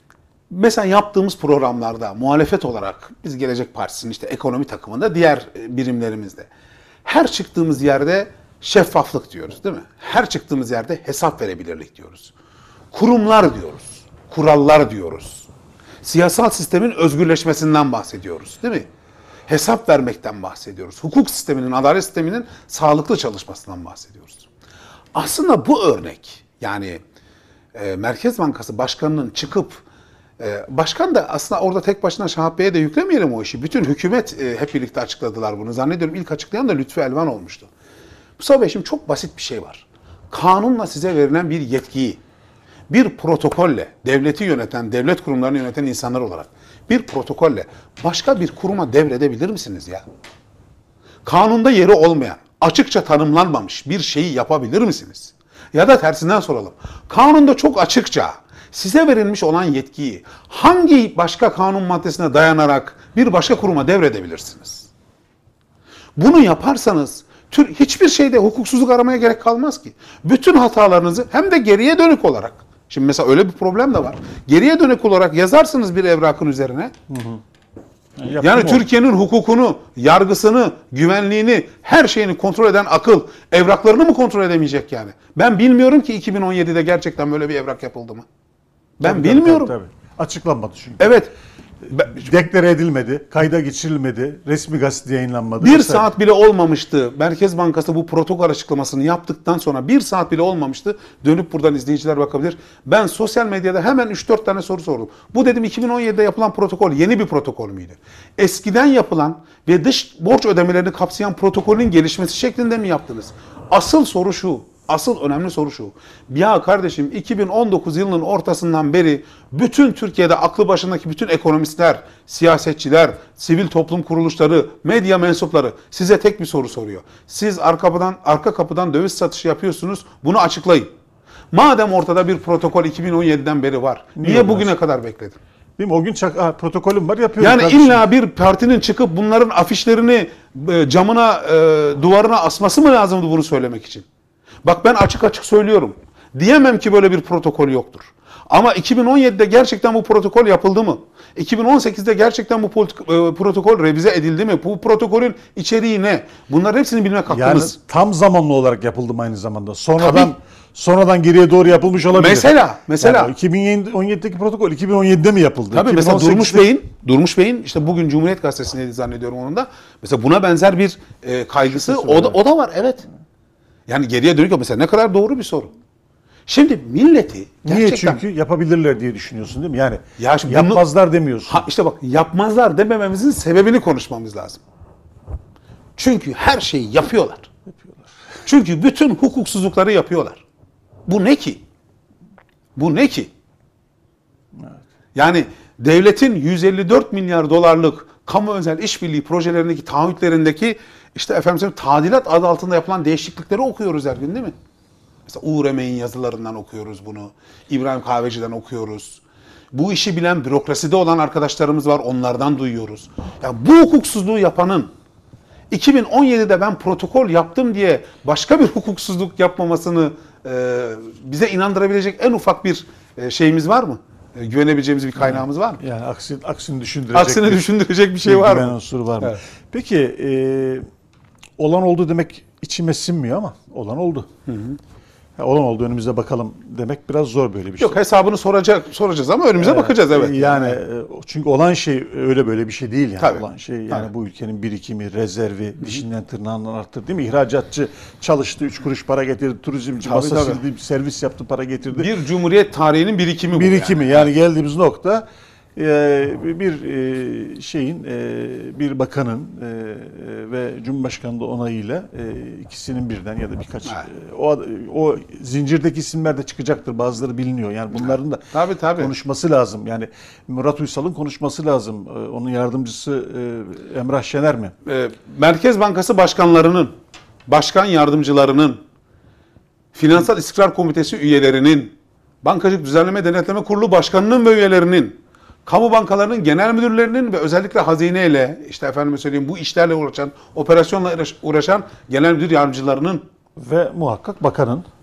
mesela yaptığımız programlarda muhalefet olarak biz Gelecek Partisi'nin işte ekonomi takımında diğer birimlerimizde her çıktığımız yerde şeffaflık diyoruz değil mi? Her çıktığımız yerde hesap verebilirlik diyoruz. Kurumlar diyoruz. Kurallar diyoruz. Siyasal sistemin özgürleşmesinden bahsediyoruz değil mi? Hesap vermekten bahsediyoruz. Hukuk sisteminin, adalet sisteminin sağlıklı çalışmasından bahsediyoruz. Aslında bu örnek yani e, Merkez Bankası Başkanı'nın çıkıp e, başkan da aslında orada tek başına Şahap Bey'e de yüklemeyelim o işi. Bütün hükümet e, hep birlikte açıkladılar bunu. Zannediyorum ilk açıklayan da Lütfü Elvan olmuştu. Mustafa Bey şimdi çok basit bir şey var. Kanunla size verilen bir yetkiyi bir protokolle devleti yöneten, devlet kurumlarını yöneten insanlar olarak bir protokolle başka bir kuruma devredebilir misiniz ya? Kanunda yeri olmayan, açıkça tanımlanmamış bir şeyi yapabilir misiniz? Ya da tersinden soralım. Kanunda çok açıkça size verilmiş olan yetkiyi hangi başka kanun maddesine dayanarak bir başka kuruma devredebilirsiniz? Bunu yaparsanız tür, hiçbir şeyde hukuksuzluk aramaya gerek kalmaz ki. Bütün hatalarınızı hem de geriye dönük olarak, şimdi mesela öyle bir problem de var. Geriye dönük olarak yazarsınız bir evrakın üzerine. Hı hı. Yani, yani Türkiye'nin hukukunu, yargısını, güvenliğini, her şeyini kontrol eden akıl evraklarını mı kontrol edemeyecek yani? Ben bilmiyorum ki iki bin on yedide gerçekten böyle bir evrak yapıldı mı? Ben tabii, bilmiyorum. Tabii, tabii. Açıklanmadı çünkü. Evet. Deklare edilmedi, kayda geçirilmedi, resmi gazetede yayınlanmadı. Bir mesela saat bile olmamıştı. Merkez Bankası bu protokol açıklamasını yaptıktan sonra bir saat bile olmamıştı. Dönüp buradan izleyiciler bakabilir. Ben sosyal medyada hemen üç dört tane soru sordum. Bu dedim iki bin on yedide yapılan protokol yeni bir protokol müydü? Eskiden yapılan ve dış borç ödemelerini kapsayan protokolün gelişmesi şeklinde mi yaptınız? Asıl soru şu. Asıl önemli soru şu. Ya kardeşim iki bin on dokuz yılının ortasından beri bütün Türkiye'de aklı başındaki bütün ekonomistler, siyasetçiler, sivil toplum kuruluşları, medya mensupları size tek bir soru soruyor. Siz arka kapıdan, arka kapıdan döviz satışı yapıyorsunuz. Bunu açıklayın. Madem ortada bir protokol iki bin on yediden beri var. Niye, niye bugüne kadar bekledin? Değil mi? O gün çak, ha, protokolüm var yapıyorum. Yani kardeşim. illa bir partinin çıkıp bunların afişlerini camına, e, duvarına asması mı lazımdı bunu söylemek için? Bak ben açık açık söylüyorum. Diyemem ki böyle bir protokol yoktur. Ama iki bin on yedide gerçekten bu protokol yapıldı mı? iki bin on sekizde gerçekten bu protokol revize edildi mi? Bu protokolün içeriği ne? Bunların hepsini bilmek hakkımız. Yani tam zamanlı olarak yapıldı mı aynı zamanda? Sonradan Tabii. sonradan geriye doğru yapılmış olabilir. Mesela, mesela yani iki bin on yedideki protokol iki bin on yedide mi yapıldı? Tabii mesela Durmuş Bey'in Durmuş Bey'in işte bugün Cumhuriyet Gazetesi'ndeydi zannediyorum onun da. Mesela buna benzer bir e, kaygısı o da, o da var evet. Yani geriye dönük mesela ne kadar doğru bir soru. Şimdi milleti gerçekten... Niye? Çünkü yapabilirler diye düşünüyorsun değil mi? Yani ya yapmazlar bunu, demiyorsun. Ha işte bak yapmazlar demememizin sebebini konuşmamız lazım. Çünkü her şeyi yapıyorlar. yapıyorlar. Çünkü bütün hukuksuzlukları yapıyorlar. Bu ne ki? Bu ne ki? Evet. Yani devletin yüz elli dört milyar dolarlık kamu özel işbirliği projelerindeki taahhütlerindeki işte efendim tadilat adı altında yapılan değişiklikleri okuyoruz her gün değil mi? Mesela Uğur Emeğin yazılarından okuyoruz bunu. İbrahim Kahveci'den okuyoruz. Bu işi bilen bürokraside olan arkadaşlarımız var. Onlardan duyuyoruz. Ya bu hukuksuzluğu yapanın iki bin on yedide ben protokol yaptım diye başka bir hukuksuzluk yapmamasını e, bize inandırabilecek en ufak bir e, şeyimiz var mı? E, güvenebileceğimiz bir kaynağımız var mı? Yani aksini, aksini düşündürecek aksini bir, düşündürecek bir şey var mı? Unsuru var mı? Evet. Peki e, olan oldu demek içime sinmiyor ama olan oldu. Hı hı. Ya olan oldu önümüze bakalım demek biraz zor böyle bir şey. Yok hesabını soracak soracağız ama önümüze evet, bakacağız evet. Yani yani çünkü olan şey öyle böyle bir şey değil yani. Tabii. Olan şey yani Tabii. bu ülkenin birikimi, rezervi, Hı-hı. dişinden tırnağından arttırdı değil mi? İhracatçı çalıştı, üç kuruş para getirdi, turizmci masa sildi, servis yaptı, para getirdi. Bir cumhuriyet tarihinin birikimi bu. Birikimi yani, yani geldiğimiz nokta bir şeyin bir bakanın ve Cumhurbaşkanı da onayıyla ikisinin birden ya da birkaç o o zincirdeki isimler de çıkacaktır. Bazıları biliniyor. Yani bunların da tabii, tabii. konuşması lazım. Yani Murat Uysal'ın konuşması lazım. Onun yardımcısı Emrah Şener mi? Merkez Bankası başkanlarının, başkan yardımcılarının, Finansal İstikrar Komitesi üyelerinin, Bankacılık Düzenleme Denetleme Kurulu başkanının ve üyelerinin, kamu bankalarının genel müdürlerinin ve özellikle hazineyle, işte efendime söyleyeyim bu işlerle uğraşan, operasyonla uğraşan genel müdür yardımcılarının ve muhakkak bakanın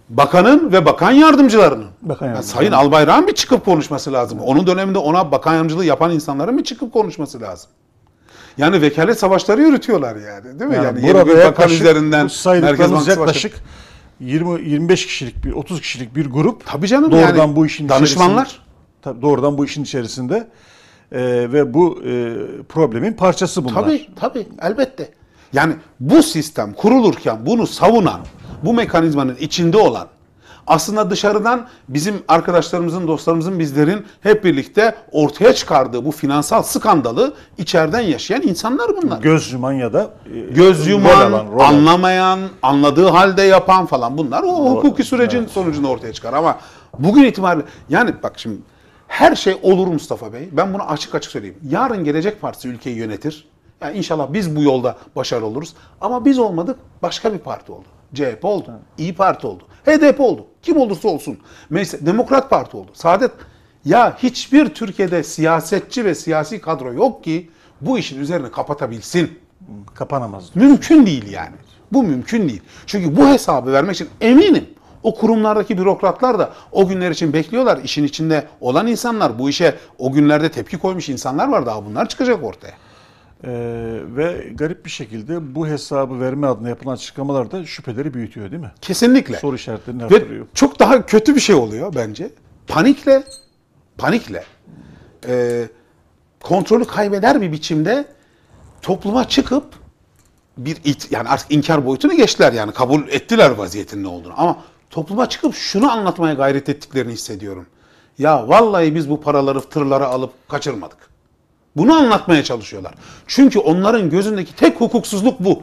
bakanın ve bakan yardımcılarının. Bakan Yani yardımcıları. Sayın Albayrak'ın bir çıkıp konuşması lazım. Onun döneminde ona bakan yardımcılığı yapan insanların bir çıkıp konuşması lazım. Yani vekalet savaşları yürütüyorlar yani, değil mi? Yani, Yani, yeni burada bir bakan yaklaşık, üzerinden bu saydıklarımız Merkez Bankası yaklaşık yirmi yirmi beş kişilik bir otuz kişilik bir grup. Tabii canım, doğrudan yani bu işin danışmanlar. içerisinde, tabii doğrudan bu işin içerisinde e, ve bu e, problemin parçası bunlar. Tabii, tabii, elbette. Yani bu sistem kurulurken bunu savunan, bu mekanizmanın içinde olan, aslında dışarıdan bizim arkadaşlarımızın, dostlarımızın, bizlerin hep birlikte ortaya çıkardığı bu finansal skandalı içeriden yaşayan insanlar bunlar. Göz yuman ya da e, Göz rol yuman, alan, rol alan. anlamayan, anladığı halde yapan falan, bunlar o Doğru, hukuki sürecin evet. sonucunda ortaya çıkar. Ama bugün itibariyle, yani bak şimdi her şey olur Mustafa Bey. Ben bunu açık açık söyleyeyim. Yarın Gelecek Partisi ülkeyi yönetir. Yani inşallah biz bu yolda başarılı oluruz. Ama biz olmadık, başka bir parti oldu. C H P oldu, İyi Parti oldu, H D P oldu. Kim olursa olsun. Meclis, Demokrat Parti oldu. Saadet. Ya hiçbir Türkiye'de siyasetçi ve siyasi kadro yok ki bu işin üzerine kapatabilsin. Kapanamaz. Mümkün değil yani. Bu mümkün değil. Çünkü bu hesabı vermek için eminim o kurumlardaki bürokratlar da o günler için bekliyorlar. İşin içinde olan insanlar, bu işe o günlerde tepki koymuş insanlar var, daha bunlar çıkacak ortaya. Ee, ve garip bir şekilde bu hesabı verme adına yapılan açıklamalar da şüpheleri büyütüyor, değil mi? Kesinlikle. Soru işaretlerini Ve artırıyor. çok daha kötü bir şey oluyor bence. Panikle, panikle e, kontrolü kaybeder bir biçimde topluma çıkıp bir it, yani artık inkar boyutunu geçtiler, yani kabul ettiler vaziyetin ne olduğunu. Ama topluma çıkıp şunu anlatmaya gayret ettiklerini hissediyorum. Ya vallahi biz bu paraları tırlara alıp kaçırmadık. Bunu anlatmaya çalışıyorlar. Çünkü onların gözündeki tek hukuksuzluk bu.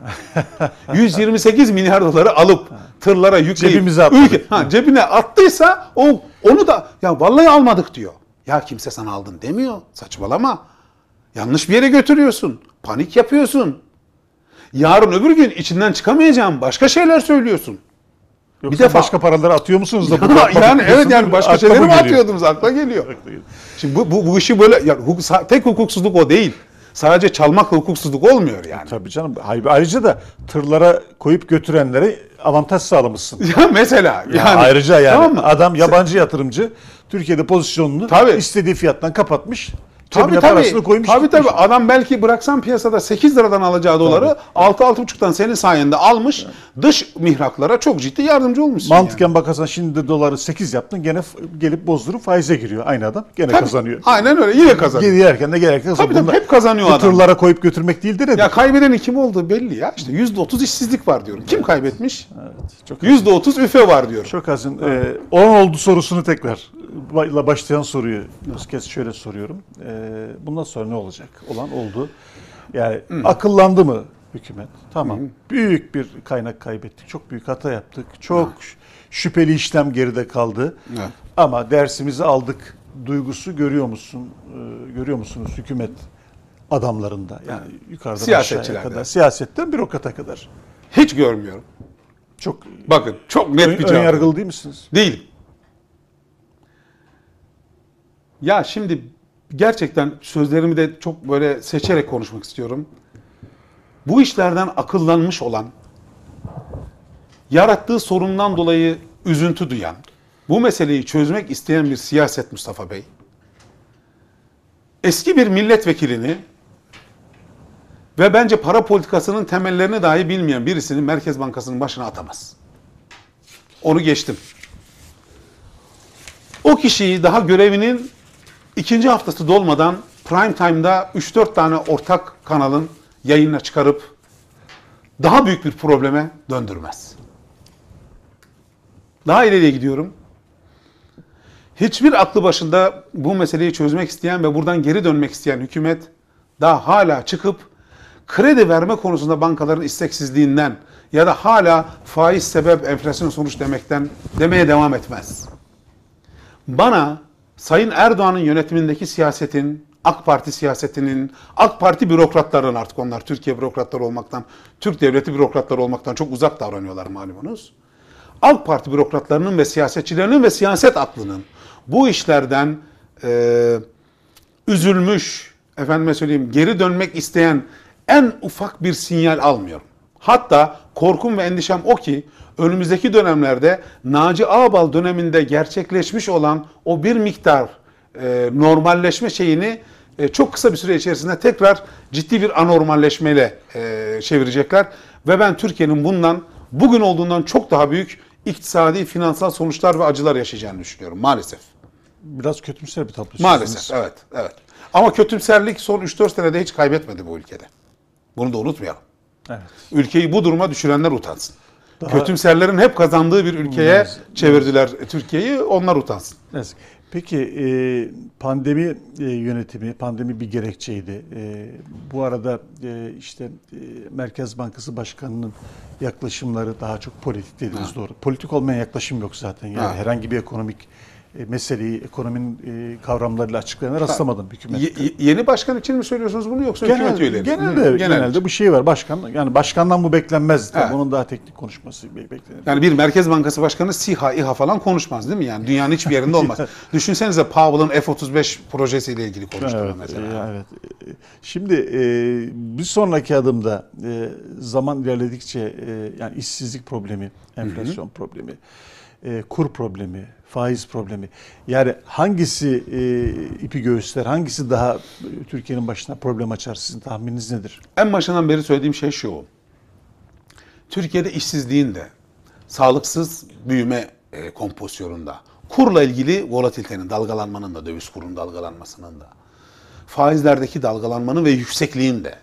yüz yirmi sekiz milyar doları alıp tırlara yükleyip Cebimize attık. ülke ha, cebine attıysa o onu da ya vallahi almadık diyor. Ya kimse sana aldın demiyor. Saçmalama. Yanlış bir yere götürüyorsun. Panik yapıyorsun. Yarın öbür gün içinden çıkamayacağın başka şeyler söylüyorsun. Yoksa bir defa başka paraları atıyor musunuz da bu yani evet, yani başka Akla şeyleri bu mi geliyor. atıyordunuz, akla geliyor. Şimdi bu, bu, bu işi böyle yani hukuk, tek hukuksuzluk o değil. Sadece çalmakla hukuksuzluk olmuyor yani. Tabii canım. Hayır, ayrıca da tırlara koyup götürenlere avantaj sağlamışsın. Ya mesela yani. Ya ayrıca yani tamam mı? adam yabancı yatırımcı Türkiye'de pozisyonunu Tabii. istediği fiyattan kapatmış. Tabii Cebine tabii. parasını koymuş. Tabii gitmiş. tabii. Adam belki bıraksan piyasada sekiz liradan alacağı doları altı altı buçuktan senin sayende almış. Dış mihraklara çok ciddi yardımcı olmuşsun. Mantıken yani. bakarsan şimdi de doları sekiz yaptın, gene f- gelip bozdurup faize giriyor aynı adam. Gene Tabii. kazanıyor. Aynen öyle. Yine kazanıyor. Yerken de gerek Tabii tabii, hep kazanıyor adam. Tırlara koyup götürmek değil de nedir? Ya kaybedenin kim olduğu belli ya. İşte yüzde otuz işsizlik var diyorum. Kim kaybetmiş? Çok yüzde otuz üfe var diyorum. Çok azın. Ee, on oldu sorusunu tekrar ile başlayan soruyu bir kez şöyle soruyorum. Ee, bundan sonra ne olacak? Olan oldu. Yani akıllandı mı hükümet? Tamam. Büyük bir kaynak kaybettik. Çok büyük hata yaptık. Çok şüpheli işlem geride kaldı. Evet. Ama dersimizi aldık duygusu görüyor musun? Ee, görüyor musunuz hükümet adamlarında? Yani yukarıdan aşağıya Siyasetçilerde. kadar, siyasetten bürokrata kadar. Hiç görmüyorum. Çok Bakın çok net ön, bir ön cevap. yargılı değil misiniz? Değil. Ya şimdi gerçekten sözlerimi de çok böyle seçerek konuşmak istiyorum. Bu işlerden akıllanmış olan, yarattığı sorundan dolayı üzüntü duyan, bu meseleyi çözmek isteyen bir siyaset Mustafa Bey, eski bir milletvekilini ve bence para politikasının temellerini dahi bilmeyen birisini Merkez Bankası'nın başına atamaz. Onu geçtim. O kişiyi daha görevinin ikinci haftası dolmadan prime time'da üç dört tane ortak kanalın yayınına çıkarıp daha büyük bir probleme döndürmez. Daha ileriye gidiyorum. Hiçbir aklı başında bu meseleyi çözmek isteyen ve buradan geri dönmek isteyen hükümet daha hala çıkıp kredi verme konusunda bankaların isteksizliğinden ya da hala faiz sebep enflasyon sonuç demekten demeye devam etmez. Bana Sayın Erdoğan'ın yönetimindeki siyasetin, AK Parti siyasetinin, AK Parti bürokratlarının, artık onlar Türkiye bürokratları olmaktan, Türk devleti bürokratları olmaktan çok uzak davranıyorlar malumunuz. AK Parti bürokratlarının ve siyasetçilerinin ve siyaset aklının bu işlerden e, üzülmüş, efendime söyleyeyim, geri dönmek isteyen en ufak bir sinyal almıyorum. Hatta korkum ve endişem o ki önümüzdeki dönemlerde Naci Ağbal döneminde gerçekleşmiş olan o bir miktar e, normalleşme şeyini e, çok kısa bir süre içerisinde tekrar ciddi bir anormalleşmeyle e, çevirecekler. Ve ben Türkiye'nin bundan bugün olduğundan çok daha büyük iktisadi, finansal sonuçlar ve acılar yaşayacağını düşünüyorum maalesef. Biraz kötümser bir tablo. Maalesef, çizdiniz. evet, evet. Ama kötümserlik son üç dört senede hiç kaybetmedi bu ülkede. Bunu da unutmayalım. Evet. Ülkeyi bu duruma düşürenler utansın. Daha- Kötümserlerin hep kazandığı bir ülkeye Evet. çevirdiler Türkiye'yi, onlar utansın. Evet. Peki e, pandemi e, yönetimi, pandemi bir gerekçeydi. E, bu arada e, işte e, Merkez Bankası Başkanı'nın yaklaşımları daha çok politik dediniz, doğru. Politik olmayan yaklaşım yok zaten. Yani Ha. herhangi bir ekonomik e, meseleyi ekonominin e, kavramlarıyla açıklayana rastlamadım hükümette. Y- y- yeni başkan için mi söylüyorsunuz bunu yoksa hükümet Genel, üyeleri? genelde, Hı, genelde bu şey var. Başkan, yani başkandan bu beklenmez. Tabii Evet. onun daha teknik konuşması be- beklenir. Yani bir Merkez Bankası Başkanı SİHA, İHA falan konuşmaz değil mi? Yani dünyanın hiçbir yerinde olmaz. Düşünsenize Powell'ın F otuz beş projesiyle ilgili konuştuğunu Evet, mesela. e, evet. E, Şimdi e, bir sonraki adımda e, zaman ilerledikçe e, yani işsizlik problemi, enflasyon problemi, e, kur problemi, faiz problemi. Yani hangisi e, ipi göğüsler, hangisi daha e, Türkiye'nin başına problem açar? Sizin tahmininiz nedir? En başından beri söylediğim şey şu. Türkiye'de işsizliğin de sağlıksız büyüme e, kompozisyonunda, kurla ilgili volatilitenin, dalgalanmanın da, döviz kurunun dalgalanmasının da, faizlerdeki dalgalanmanın ve yüksekliğin de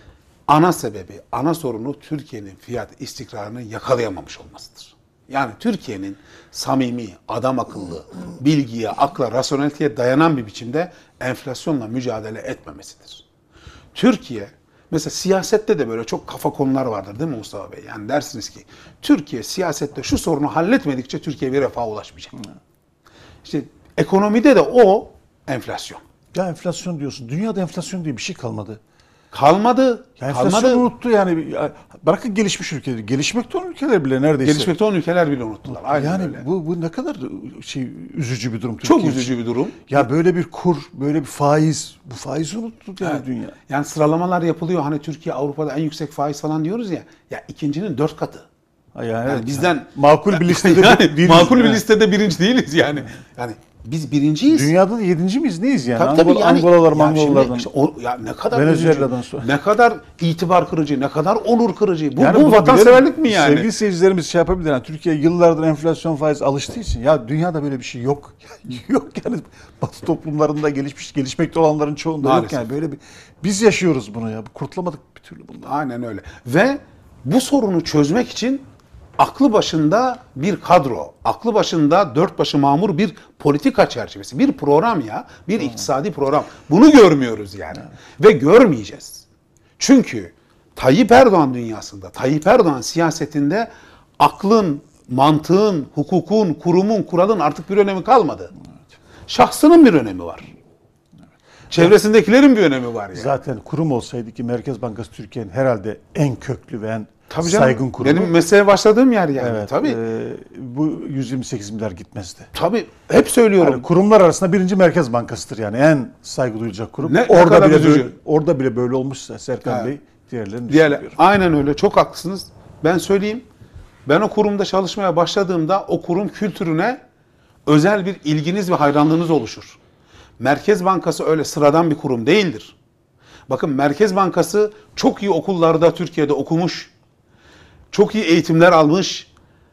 ana sebebi, ana sorunu Türkiye'nin fiyat istikrarını yakalayamamış olmasıdır. Yani Türkiye'nin samimi, adam akıllı, bilgiye, akla, rasyoneliteye dayanan bir biçimde enflasyonla mücadele etmemesidir. Türkiye, mesela siyasette de böyle çok kafa konular vardır değil mi Mustafa Bey? Yani dersiniz ki Türkiye siyasette şu sorunu halletmedikçe Türkiye bir refaha ulaşmayacak. İşte ekonomide de o enflasyon. Ya enflasyon diyorsun. Dünyada enflasyon diye bir şey kalmadı. Kalmadı. Ya enflasyon kalmadı. unuttu yani. Ya bırakın gelişmiş ülkeleri. Gelişmekte olan ülkeler bile neredeyse. Gelişmekte olan ülkeler bile unuttular. Aynen yani öyle. bu bu ne kadar şey üzücü bir durum Çok Türkiye için. üzücü bir durum. Ya böyle bir kur, böyle bir faiz, bu faizi unuttu yani Evet. dünya. Yani sıralamalar yapılıyor. Hani Türkiye Avrupa'da en yüksek faiz falan diyoruz ya. Ya ikincinin dört katı. Ha Yani, Yani evet, bizden makul bir listede yani değiliz. makul bir Yani. listede birinci değiliz yani. Yani biz birinciyiz. Dünyada da yedinci miyiz neyiz yani? Tabii tabii Angol- yani. Angolalar, ya Mangolalardan. şimdi işte o, ya ne kadar Venezuela'dan üzücü, sonra. ne kadar itibar kırıcı, ne kadar onur kırıcı. Bu, Yani bu bunu vatanseverlik bilelim. mi yani? Sevgili seyircilerimiz şey yapabilir. Yani Türkiye yıllardır enflasyon faiz alıştığı için ya dünyada böyle bir şey yok. Yok yani Batı toplumlarında gelişmiş gelişmekte olanların çoğunda Maalesef. yok yani böyle bir biz yaşıyoruz bunu ya. Kurtulamadık bir türlü bundan. Aynen öyle. Ve bu sorunu çözmek için aklı başında bir kadro, aklı başında dört başı mamur bir politika çerçevesi, bir program ya, bir iktisadi program. Bunu görmüyoruz yani. Ve görmeyeceğiz. Çünkü Tayyip Erdoğan dünyasında, Tayyip Erdoğan siyasetinde aklın, mantığın, hukukun, kurumun, kuralın artık bir önemi kalmadı. Şahsının bir önemi var. Çevresindekilerin bir önemi var yani. Zaten kurum olsaydı ki Merkez Bankası Türkiye'nin herhalde en köklü ve en Tabii canım, saygın kurumu. benim mesleğe başladığım yer yani. Evet, Tabii. e, bu yüz yirmi sekiz milyar gitmezdi. Tabii. Hep söylüyorum. Yani kurumlar arasında birinci Merkez Bankası'dır yani en saygı duyulacak kurum. Ne- ne orada kadar bile üzücü. böyle, orada bile böyle olmuşsa Serkan Evet. Bey diğerlerini Diğer, düşünmüyorum. aynen öyle. Çok haklısınız. Ben söyleyeyim. Ben o kurumda çalışmaya başladığımda o kurum kültürüne özel bir ilginiz ve hayranlığınız oluşur. Merkez Bankası öyle sıradan bir kurum değildir. Bakın Merkez Bankası çok iyi okullarda Türkiye'de okumuş, çok iyi eğitimler almış,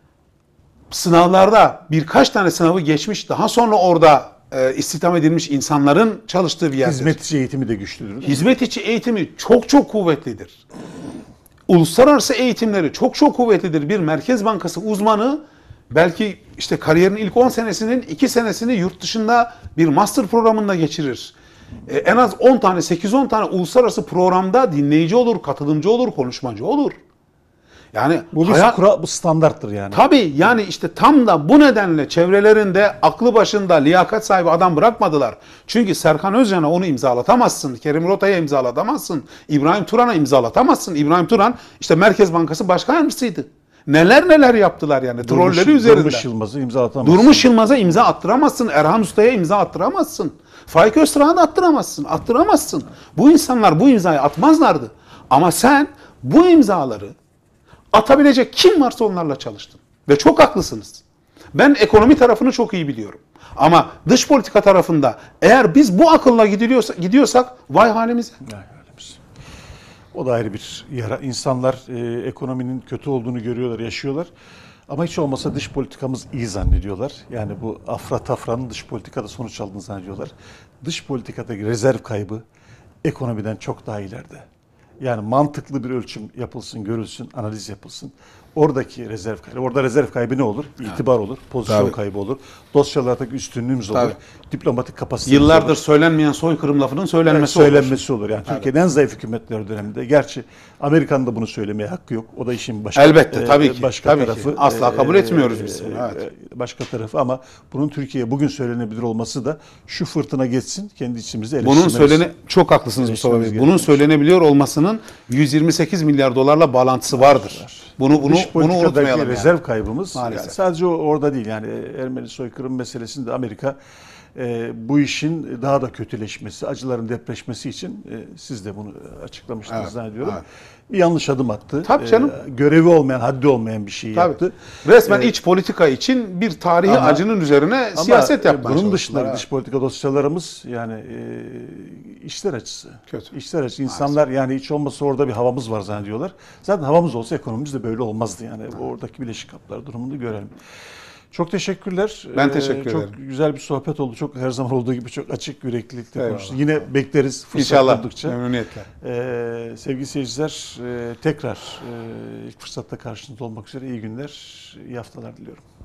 sınavlarda birkaç tane sınavı geçmiş, daha sonra orada e, istihdam edilmiş insanların çalıştığı bir yerdir. Hizmetçi eğitimi de güçlüdür. değil mi? Hizmet içi eğitimi çok çok kuvvetlidir. Uluslararası eğitimleri çok çok kuvvetlidir. Bir Merkez Bankası uzmanı belki işte kariyerin ilk on senesinin iki senesini yurt dışında bir master programında geçirir. Ee, en az on tane, sekiz on tane uluslararası programda dinleyici olur, katılımcı olur, konuşmacı olur. Yani Bu bir hayat- kural, bu standarttır yani. Tabii yani işte tam da bu nedenle çevrelerinde aklı başında liyakat sahibi adam bırakmadılar. Çünkü Serkan Özcan'a onu imzalatamazsın. Kerim Rota'ya imzalatamazsın. İbrahim Turan'a imzalatamazsın. İbrahim Turan işte Merkez Bankası Başkan Yardımcısıydı. Neler neler yaptılar yani Durmuş, trolleri üzerinde. Durmuş Yılmaz'ı imza atamazsın. Durmuş Yılmaz'a imza attıramazsın. Erhan Usta'ya imza attıramazsın. Faik Öztürk'e da attıramazsın. Attıramazsın. Bu insanlar bu imzayı atmazlardı. Ama sen bu imzaları atabilecek kim varsa onlarla çalıştın. Ve çok haklısınız. Ben ekonomi tarafını çok iyi biliyorum. Ama dış politika tarafında eğer biz bu akılla gidiyorsa, gidiyorsak vay halimize. Yani öylemiz. O da ayrı bir yara. İnsanlar e, ekonominin kötü olduğunu görüyorlar, yaşıyorlar. Ama hiç olmasa dış politikamız iyi zannediyorlar. Yani bu afra tafranın dış politikada sonuç aldığını zannediyorlar. Dış politikadaki rezerv kaybı ekonomiden çok daha ileride. Yani mantıklı bir ölçüm yapılsın, görülsün, analiz yapılsın. Oradaki rezerv kaybı, orada rezerv kaybı ne olur? İtibar olur, pozisyon Tabii. kaybı olur, dosyalardaki üstünlüğümüz olur, Tabii. diplomatik kapasitemiz Yıllardır olur. söylenmeyen soykırım lafının söylenmesi Evet, olur. söylenmesi olur. Yani Türkiye'nin en zayıf hükümetleri döneminde. Gerçi Amerika'nın da bunu söylemeye hakkı yok. O da işin başka Elbette, tabii e, ki, başka tabii ki. tarafı. Asla kabul etmiyoruz biz bunu, e, evet. e, Başka tarafı ama bunun Türkiye'ye bugün söylenebilir olması da şu fırtına geçsin, kendi içimizde Bunun eleştirmemiz. söylene çok haklısınız Mustafa Bey. Eleştirmemiz Bunun gerekiyor. söylenebiliyor olmasının yüz yirmi sekiz milyar dolarla bağlantısı vardır. Bunu bunu Dış bunu politikadaki unutmayalım rezerv yani. kaybımız Maalesef. yani sadece o- orada değil. Yani Ermeni soykırım meselesinde Amerika e, bu işin daha da kötüleşmesi, acıların depreşmesi için e, siz de bunu açıklamıştınız Evet, zannediyorum. evet. Bir yanlış adım attı. Tabii canım. E, görevi olmayan, haddi olmayan bir şey Tabii. yaptı. Resmen E, iç politika için bir tarihi ama- acının üzerine Ama siyaset yapmaya bunun çalıştılar. dışında Evet. dış politika dosyalarımız yani e, işler açısı. Kötü. İşler açısı. İnsanlar yani hiç olmazsa orada bir havamız var zannediyorlar. Zaten havamız olsa ekonomimiz de böyle olmazdı yani. Oradaki Birleşik Kaplar durumunu görelim. Çok teşekkürler. Ben Ee, teşekkür çok ederim. güzel bir sohbet oldu. Çok her zaman olduğu gibi çok açık yüreklilikle Eyvallah. konuştuk. Yine bekleriz fırsat İnşallah. buldukça. Memnuniyetle. Ee, sevgili seyirciler e, tekrar e, ilk fırsatta karşınızda olmak üzere iyi günler, iyi haftalar diliyorum.